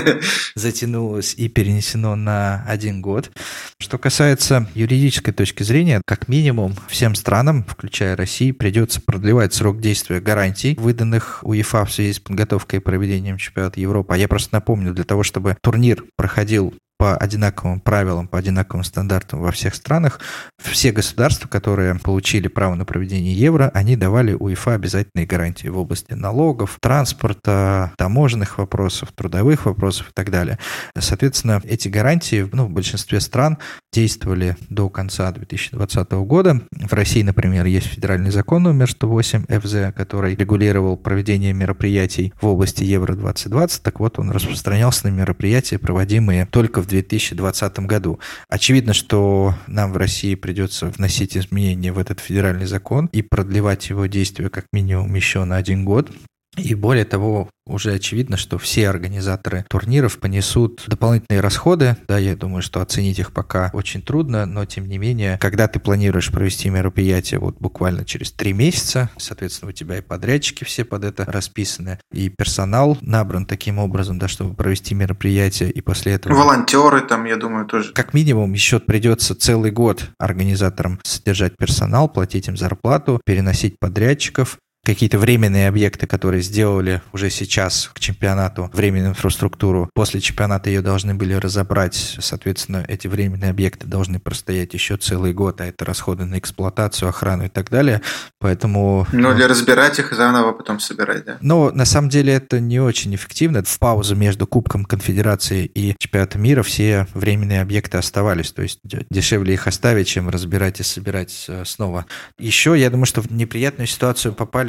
затянулось и перенесено на один год. Что касается юридической точки зрения, как минимум всем странам, включая Россию, придется продлевать срок действия гарантий, выданных УЕФА в связи с подготовкой и проведением чемпионата Европы. А я просто напомню, для того, чтобы турнир проходил по одинаковым правилам, по одинаковым стандартам во всех странах, все государства, которые получили право на проведение Евро, они давали УЕФА обязательные гарантии в области налогов, транспорта, таможенных вопросов, трудовых вопросов и так далее. Соответственно, эти гарантии, ну, в большинстве стран действовали до конца две тысячи двадцатого года. В России, например, есть федеральный закон номер сто восемь эф зэ, который регулировал проведение мероприятий в области Евро двадцать двадцать. Так вот, он распространялся на мероприятия, проводимые только в две тысячи двадцатом году. Очевидно, что нам в России придется вносить изменения в этот федеральный закон и продлевать его действие как минимум еще на один год. И более того, уже очевидно, что все организаторы турниров понесут дополнительные расходы. Да, я думаю, что оценить их пока очень трудно, но тем не менее, когда ты планируешь провести мероприятие вот буквально через три месяца, соответственно, у тебя и подрядчики все под это расписаны, и персонал набран таким образом, да, чтобы провести мероприятие, и после этого... Волонтеры там, я думаю, тоже. Как минимум, еще придется целый год организаторам содержать персонал, платить им зарплату, переносить подрядчиков. Какие-то временные объекты, которые сделали уже сейчас к чемпионату временную инфраструктуру, после чемпионата ее должны были разобрать, соответственно, эти временные объекты должны простоять еще целый год, а это расходы на эксплуатацию, охрану и так далее, поэтому... Ну, или разбирать их заново, потом собирать, да? Но на самом деле это не очень эффективно. В паузу между Кубком Конфедерации и Чемпионатом мира все временные объекты оставались, то есть дешевле их оставить, чем разбирать и собирать снова. Еще, я думаю, что в неприятную ситуацию попали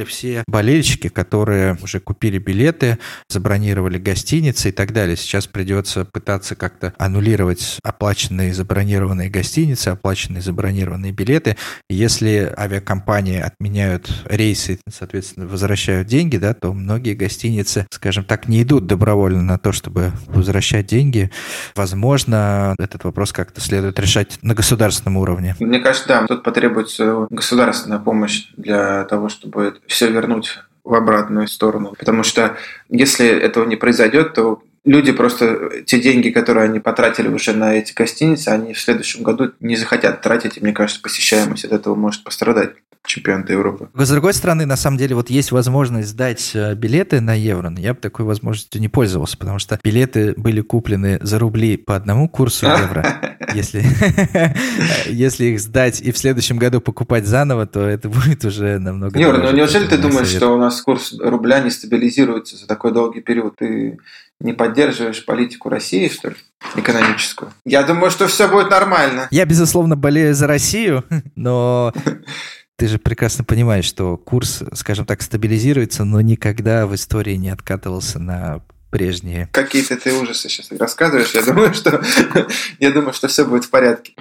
сделали все болельщики, которые уже купили билеты, забронировали гостиницы и так далее. Сейчас придется пытаться как-то аннулировать оплаченные забронированные гостиницы, оплаченные забронированные билеты. Если авиакомпании отменяют рейсы, соответственно, возвращают деньги, да, то многие гостиницы, скажем так, не идут добровольно на то, чтобы возвращать деньги. Возможно, этот вопрос как-то следует решать на государственном уровне. Мне кажется, да, тут потребуется государственная помощь для того, чтобы все вернуть в обратную сторону. Потому что если этого не произойдет, то люди просто те деньги, которые они потратили уже на эти гостиницы, они в следующем году не захотят тратить, и мне кажется, посещаемость от этого может пострадать. Чемпионата Европы. С другой стороны, на самом деле, вот есть возможность сдать билеты на евро, но я бы такой возможностью не пользовался, потому что билеты были куплены за рубли по одному курсу евро. Если, если их сдать и в следующем году покупать заново, то это будет уже намного Юр, дороже. ну неужели ты думаешь, совет. что у нас курс рубля не стабилизируется за такой долгий период? Ты не поддерживаешь политику России, что ли, экономическую? Я думаю, что все будет нормально. Я, безусловно, болею за Россию, но... Ты же прекрасно понимаешь, что курс, скажем так, стабилизируется, но никогда в истории не откатывался на прежние. Какие-то ты ужасы сейчас рассказываешь. Я думаю, что я думаю, что все будет в порядке.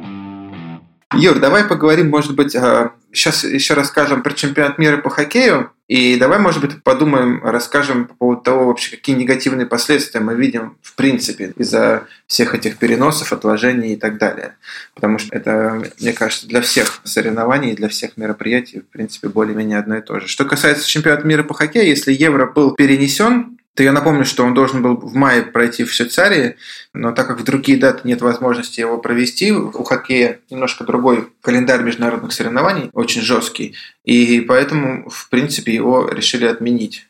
Юр, давай поговорим, может быть, сейчас еще расскажем про чемпионат мира по хоккею. И давай, может быть, подумаем, расскажем по поводу того, вообще, какие негативные последствия мы видим, в принципе, из-за всех этих переносов, отложений и так далее. Потому что это, мне кажется, для всех соревнований, для всех мероприятий, в принципе, более-менее одно и то же. Что касается чемпионата мира по хоккею, если Евро был перенесен, то я напомню, что он должен был в мае пройти в Швейцарии, но так как в другие даты нет возможности его провести, у хоккея немножко другой календарь международных соревнований, очень жесткий, и поэтому, в принципе, его решили отменить.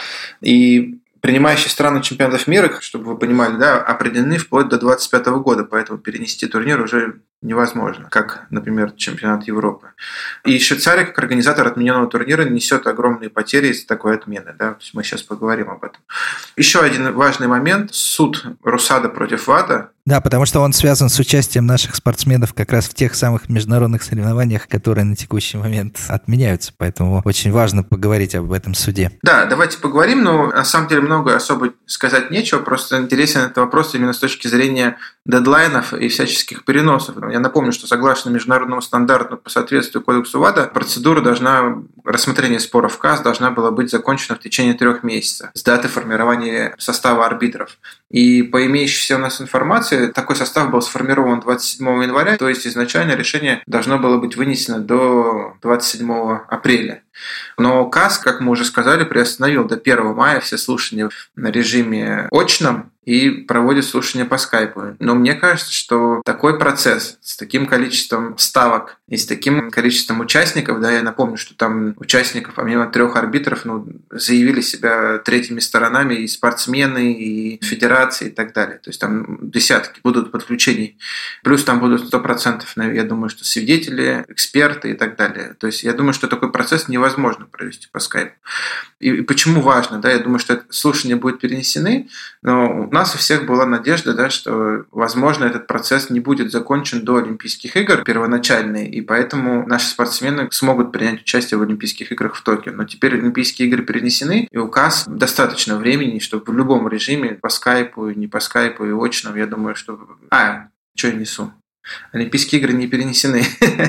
И принимающие страны чемпионатов мира, чтобы вы понимали, да, определены вплоть до двадцать пятого года, поэтому перенести турнир уже невозможно, как, например, чемпионат Европы. И Швейцария, как организатор отмененного турнира, несет огромные потери из-за такой отмены. Да? То есть мы сейчас поговорим об этом. Еще один важный момент – суд РУСАДА против ВАДА. Да, потому что он связан с участием наших спортсменов как раз в тех самых международных соревнованиях, которые на текущий момент отменяются. Поэтому очень важно поговорить об этом суде. Да, давайте поговорим, но на самом деле много особо сказать нечего. Просто интересен этот вопрос именно с точки зрения дедлайнов и всяческих переносов. Я напомню, что согласно международному стандарту по соответствию кодексу ВАДА, процедура должна, рассмотрение споров в КАС должна была быть закончена в течение трех месяцев с даты формирования состава арбитров. И по имеющейся у нас информации, такой состав был сформирован двадцать седьмого января, то есть изначально решение должно было быть вынесено до двадцать седьмого апреля. Но КАС, как мы уже сказали, приостановил до первого мая все слушания на режиме очном и проводит слушания по скайпу. Но мне кажется, что такой процесс с таким количеством ставок и с таким количеством участников, да, я напомню, что там участников, помимо трех арбитров, ну, заявили себя третьими сторонами и спортсмены, и федерации, и так далее. То есть там десятки будут подключений. Плюс там будут сто процентов, я думаю, что свидетели, эксперты и так далее. То есть я думаю, что такой процесс невозможно провести по скайпу. И почему важно? Да, я думаю, что слушания будут перенесены, но у нас у всех была надежда, да, что, возможно, этот процесс не будет закончен до Олимпийских игр первоначальные, и поэтому наши спортсмены смогут принять участие в Олимпийских играх в Токио. Но теперь Олимпийские игры перенесены, и у КАС достаточно времени, чтобы в любом режиме, по скайпу, не по скайпу, и очном, я думаю, что... А, что я несу? Олимпийские игры не перенесены.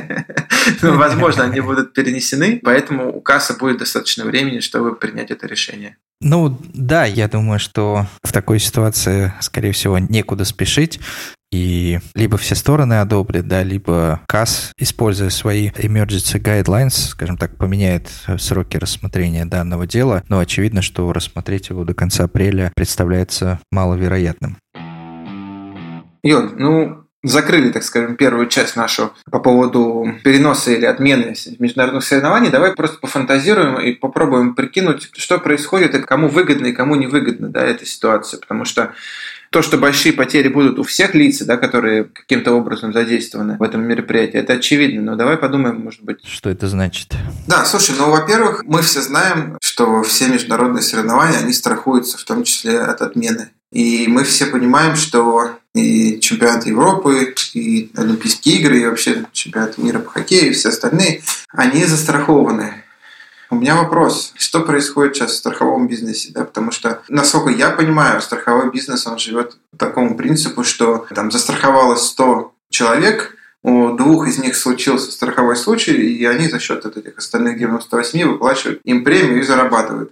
Но, возможно, они будут перенесены, поэтому у КАСа будет достаточно времени, чтобы принять это решение. Ну, да, я думаю, что в такой ситуации, скорее всего, некуда спешить. И либо все стороны одобрят, да, либо КАС, используя свои emergency guidelines, скажем так, поменяет сроки рассмотрения данного дела. Но очевидно, что рассмотреть его до конца апреля представляется маловероятным. Юр, ну... Закрыли, так скажем, первую часть нашу по поводу переноса или отмены международных соревнований. Давай просто пофантазируем и попробуем прикинуть, что происходит и кому выгодно и кому невыгодно, да, эта ситуация. Потому что то, что большие потери будут у всех лиц, да, которые каким-то образом задействованы в этом мероприятии, это очевидно. Но давай подумаем, может быть... Что это значит? Да, слушай, ну, во-первых, мы все знаем, что все международные соревнования, они страхуются, в том числе от отмены. И мы все понимаем, что и чемпионат Европы, и Олимпийские игры, и вообще чемпионат мира по хоккею, и все остальные, они застрахованы. у меня вопрос. Что происходит сейчас в страховом бизнесе? Да? Потому что, насколько я понимаю, страховой бизнес, он живет по такому принципу, что там застраховалось сто человек, у двух из них случился страховой случай, и они за счет этих остальных девяноста восьми выплачивают им премию и зарабатывают.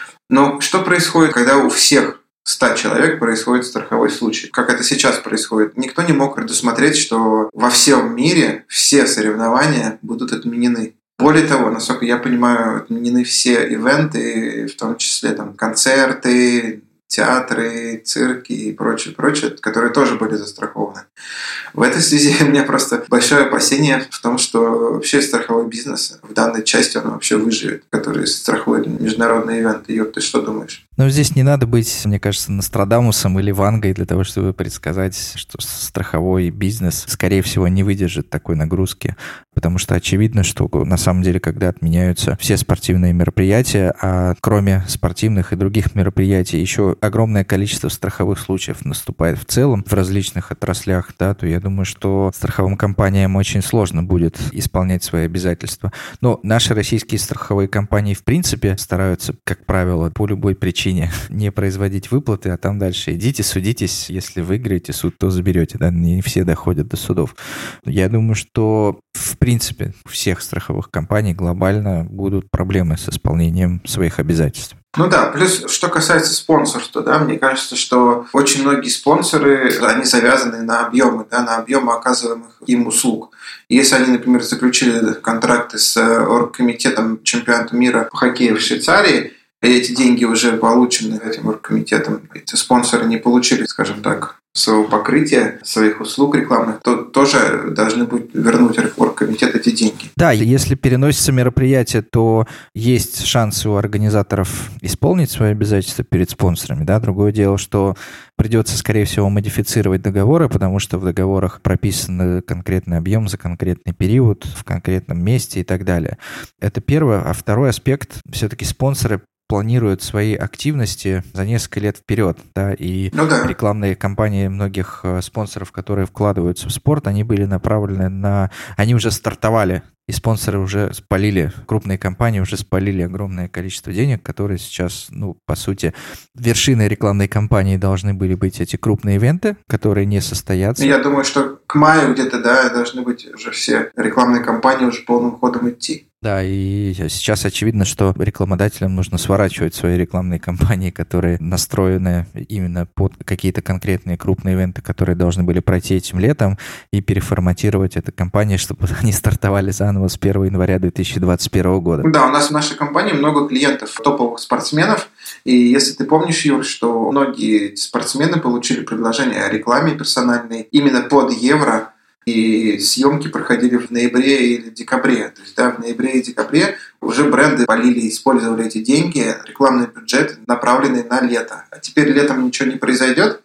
Но что происходит, когда у всех ста человек происходит страховой случай? Как это сейчас происходит? Никто не мог предусмотреть, что во всем мире все соревнования будут отменены. Более того, насколько я понимаю, отменены все ивенты, в том числе там, концерты, театры, цирки и прочее, прочее, которые тоже были застрахованы. В этой связи у меня просто большое опасение в том, что вообще страховой бизнес в данной части он вообще выживет, который страхует международные ивенты. Юр, ты что думаешь? Но здесь не надо быть, мне кажется, Нострадамусом или Вангой для того, чтобы предсказать, что страховой бизнес, скорее всего, не выдержит такой нагрузки. Потому что очевидно, что на самом деле, когда отменяются все спортивные мероприятия, а кроме спортивных и других мероприятий еще огромное количество страховых случаев наступает в целом в различных отраслях, да, то я думаю, что страховым компаниям очень сложно будет исполнять свои обязательства. Но наши российские страховые компании в принципе стараются, как правило, по любой причине не производить выплаты, а там дальше идите, судитесь, если выиграете суд, то заберете, да, не все доходят до судов. Я думаю, что в принципе у всех страховых компаний глобально будут проблемы с исполнением своих обязательств. Ну да, плюс, что касается спонсорства, да, мне кажется, что очень многие спонсоры, они завязаны на объемы, да, на объемы оказываемых им услуг. Если они, например, заключили контракты с оргкомитетом чемпионата мира по хоккею в Швейцарии, и эти деньги уже получены этим оргкомитетом, эти спонсоры не получили, скажем так, своего покрытия, своих услуг рекламных, то тоже должны будут вернуть оргкомитет эти деньги. Да, если переносится мероприятие, то есть шансы у организаторов исполнить свои обязательства перед спонсорами. Да? Другое дело, что придется, скорее всего, модифицировать договоры, потому что в договорах прописан конкретный объем за конкретный период, в конкретном месте и так далее. Это первое. А второй аспект, все-таки спонсоры планируют свои активности за несколько лет вперед, да, и ну да. рекламные кампании многих спонсоров, которые вкладываются в спорт, они были направлены на... Они уже стартовали, и спонсоры уже спалили, крупные компании уже спалили огромное количество денег, которые сейчас, ну, по сути, вершиной рекламной кампании должны были быть эти крупные ивенты, которые не состоятся. Я думаю, что к маю где-то, да, должны быть уже все рекламные кампании уже полным ходом идти. Да, и сейчас очевидно, что рекламодателям нужно сворачивать свои рекламные кампании, которые настроены именно под какие-то конкретные крупные ивенты, которые должны были пройти этим летом, и переформатировать эту кампанию, чтобы они стартовали заново с первого января две тысячи двадцать первого года. Да, у нас в нашей компании много клиентов, топовых спортсменов, и если ты помнишь, Юр, что многие спортсмены получили предложение о рекламе персональной именно под евро, и съемки проходили в ноябре или декабре. То есть, да, в ноябре и декабре уже бренды полили, использовали эти деньги, рекламный бюджет, направленный на лето. А теперь летом ничего не произойдет,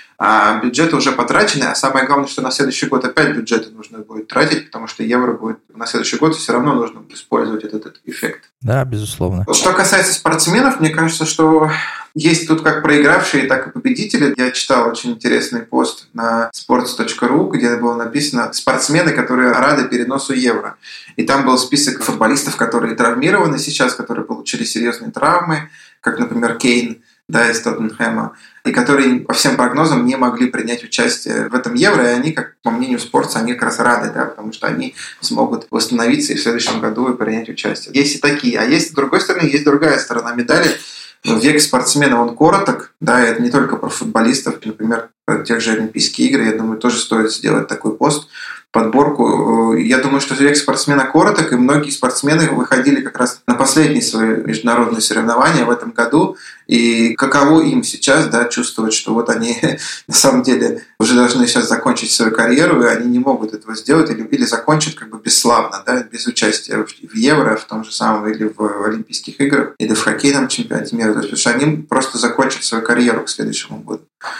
а бюджеты уже потрачены, а самое главное, что на следующий год опять бюджеты нужно будет тратить, потому что евро будет на следующий год, все равно нужно использовать этот, этот эффект. Да, безусловно. Что касается спортсменов, мне кажется, что есть тут как проигравшие, так и победители. Я читал очень интересный пост на sports точка ru, где было написано «Спортсмены, которые рады переносу евро». И там был список футболистов, которые травмированы сейчас, которые получили серьезные травмы, как, например, Кейн, да, из Тоттенхэма, и которые по всем прогнозам не могли принять участие в этом евро, и они, как по мнению спорта, они как раз рады, да, потому что они смогут восстановиться и в следующем году и принять участие. Есть и такие, а есть, с другой стороны, есть другая сторона медали. Век спортсмена, он короток, да, это не только про футболистов, например, про тех же Олимпийские игры, я думаю, тоже стоит сделать такой пост, подборку. Я думаю, что век спортсмена короток, и многие спортсмены выходили как раз на последние свои международные соревнования в этом году, и каково им сейчас, да, чувствовать, что вот они на самом деле уже должны сейчас закончить свою карьеру, и они не могут этого сделать, или, или закончат как бы бесславно, да, без участия в, в Евро, в том же самом, или в Олимпийских играх, или в хоккейном чемпионате мира, то есть, потому что они просто закончат свою карьеру к следующему году.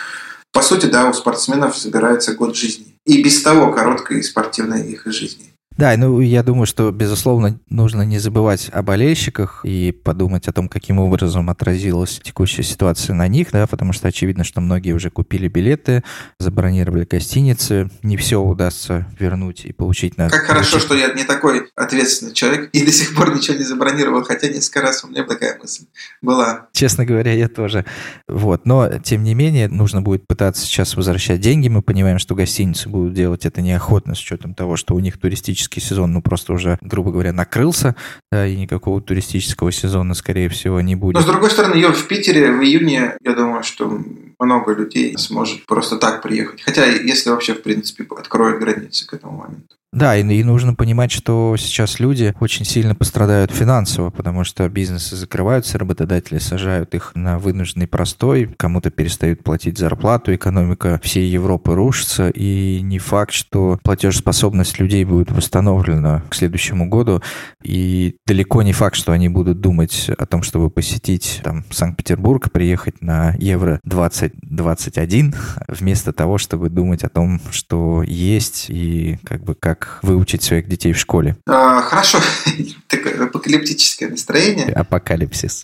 По сути, да, у спортсменов забирается год жизни. И без того короткой спортивной их жизни. Да, ну я думаю, что, безусловно, нужно не забывать о болельщиках и подумать о том, каким образом отразилась текущая ситуация на них, да, потому что очевидно, что многие уже купили билеты, забронировали гостиницы, не все удастся вернуть и получить на... Как хорошо, что я не такой ответственный человек и до сих пор ничего не забронировал, хотя несколько раз у меня такая мысль была. Честно говоря, я тоже. Вот. Но, тем не менее, нужно будет пытаться сейчас возвращать деньги. Мы понимаем, что гостиницы будут делать это неохотно с учетом того, что у них туристический сезон, ну, просто уже, грубо говоря, накрылся, да, и никакого туристического сезона, скорее всего, не будет. Но, с другой стороны, Юр, в Питере в июне, я думаю, что много людей сможет просто так приехать. Хотя, если вообще, в принципе, откроют границы к этому моменту. Да, и, и нужно понимать, что сейчас люди очень сильно пострадают финансово, потому что бизнесы закрываются, работодатели сажают их на вынужденный простой, кому-то перестают платить зарплату, экономика всей Европы рушится, и не факт, что платежеспособность людей будет восстановлена к следующему году, и далеко не факт, что они будут думать о том, чтобы посетить там, Санкт-Петербург, приехать на Евро двадцать двадцать один, вместо того, чтобы думать о том, что есть и как бы как выучить своих детей в школе. А, хорошо. Такое апокалиптическое настроение. Апокалипсис.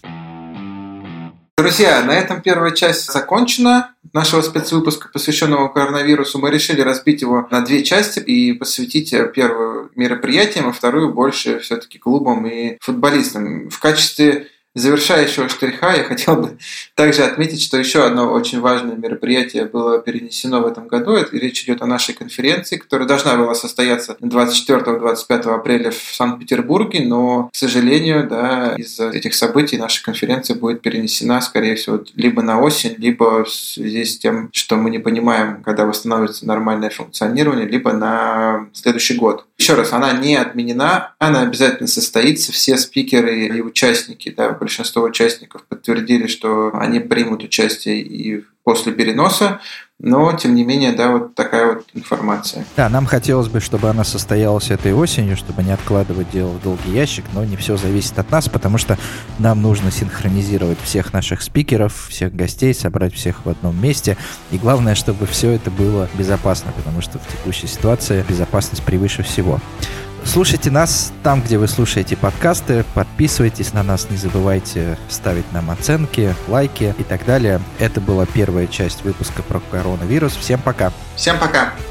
Друзья, на этом первая часть закончена нашего спецвыпуска, посвященного коронавирусу. Мы решили разбить его на две части и посвятить первую мероприятиям, а вторую больше все-таки клубам и футболистам. В качестве завершающего штриха я хотел бы также отметить, что еще одно очень важное мероприятие было перенесено в этом году. Это речь идет о нашей конференции, которая должна была состояться двадцать четвёртого - двадцать пятого апреля в Санкт-Петербурге, но, к сожалению, да, из-за этих событий наша конференция будет перенесена, скорее всего, либо на осень, либо в связи с тем, что мы не понимаем, когда восстановится нормальное функционирование, либо на следующий год. Еще раз, она не отменена, она обязательно состоится. Все спикеры и участники, да, большинство участников подтвердили, что они примут участие и после переноса, но, тем не менее, да, вот такая вот информация. Да, нам хотелось бы, чтобы она состоялась этой осенью, чтобы не откладывать дело в долгий ящик, но не все зависит от нас, потому что нам нужно синхронизировать всех наших спикеров, всех гостей, собрать всех в одном месте, и главное, чтобы все это было безопасно, потому что в текущей ситуации безопасность превыше всего. Слушайте нас там, где вы слушаете подкасты, подписывайтесь на нас, не забывайте ставить нам оценки, лайки и так далее. Это была первая часть выпуска про коронавирус. Всем пока! Всем пока!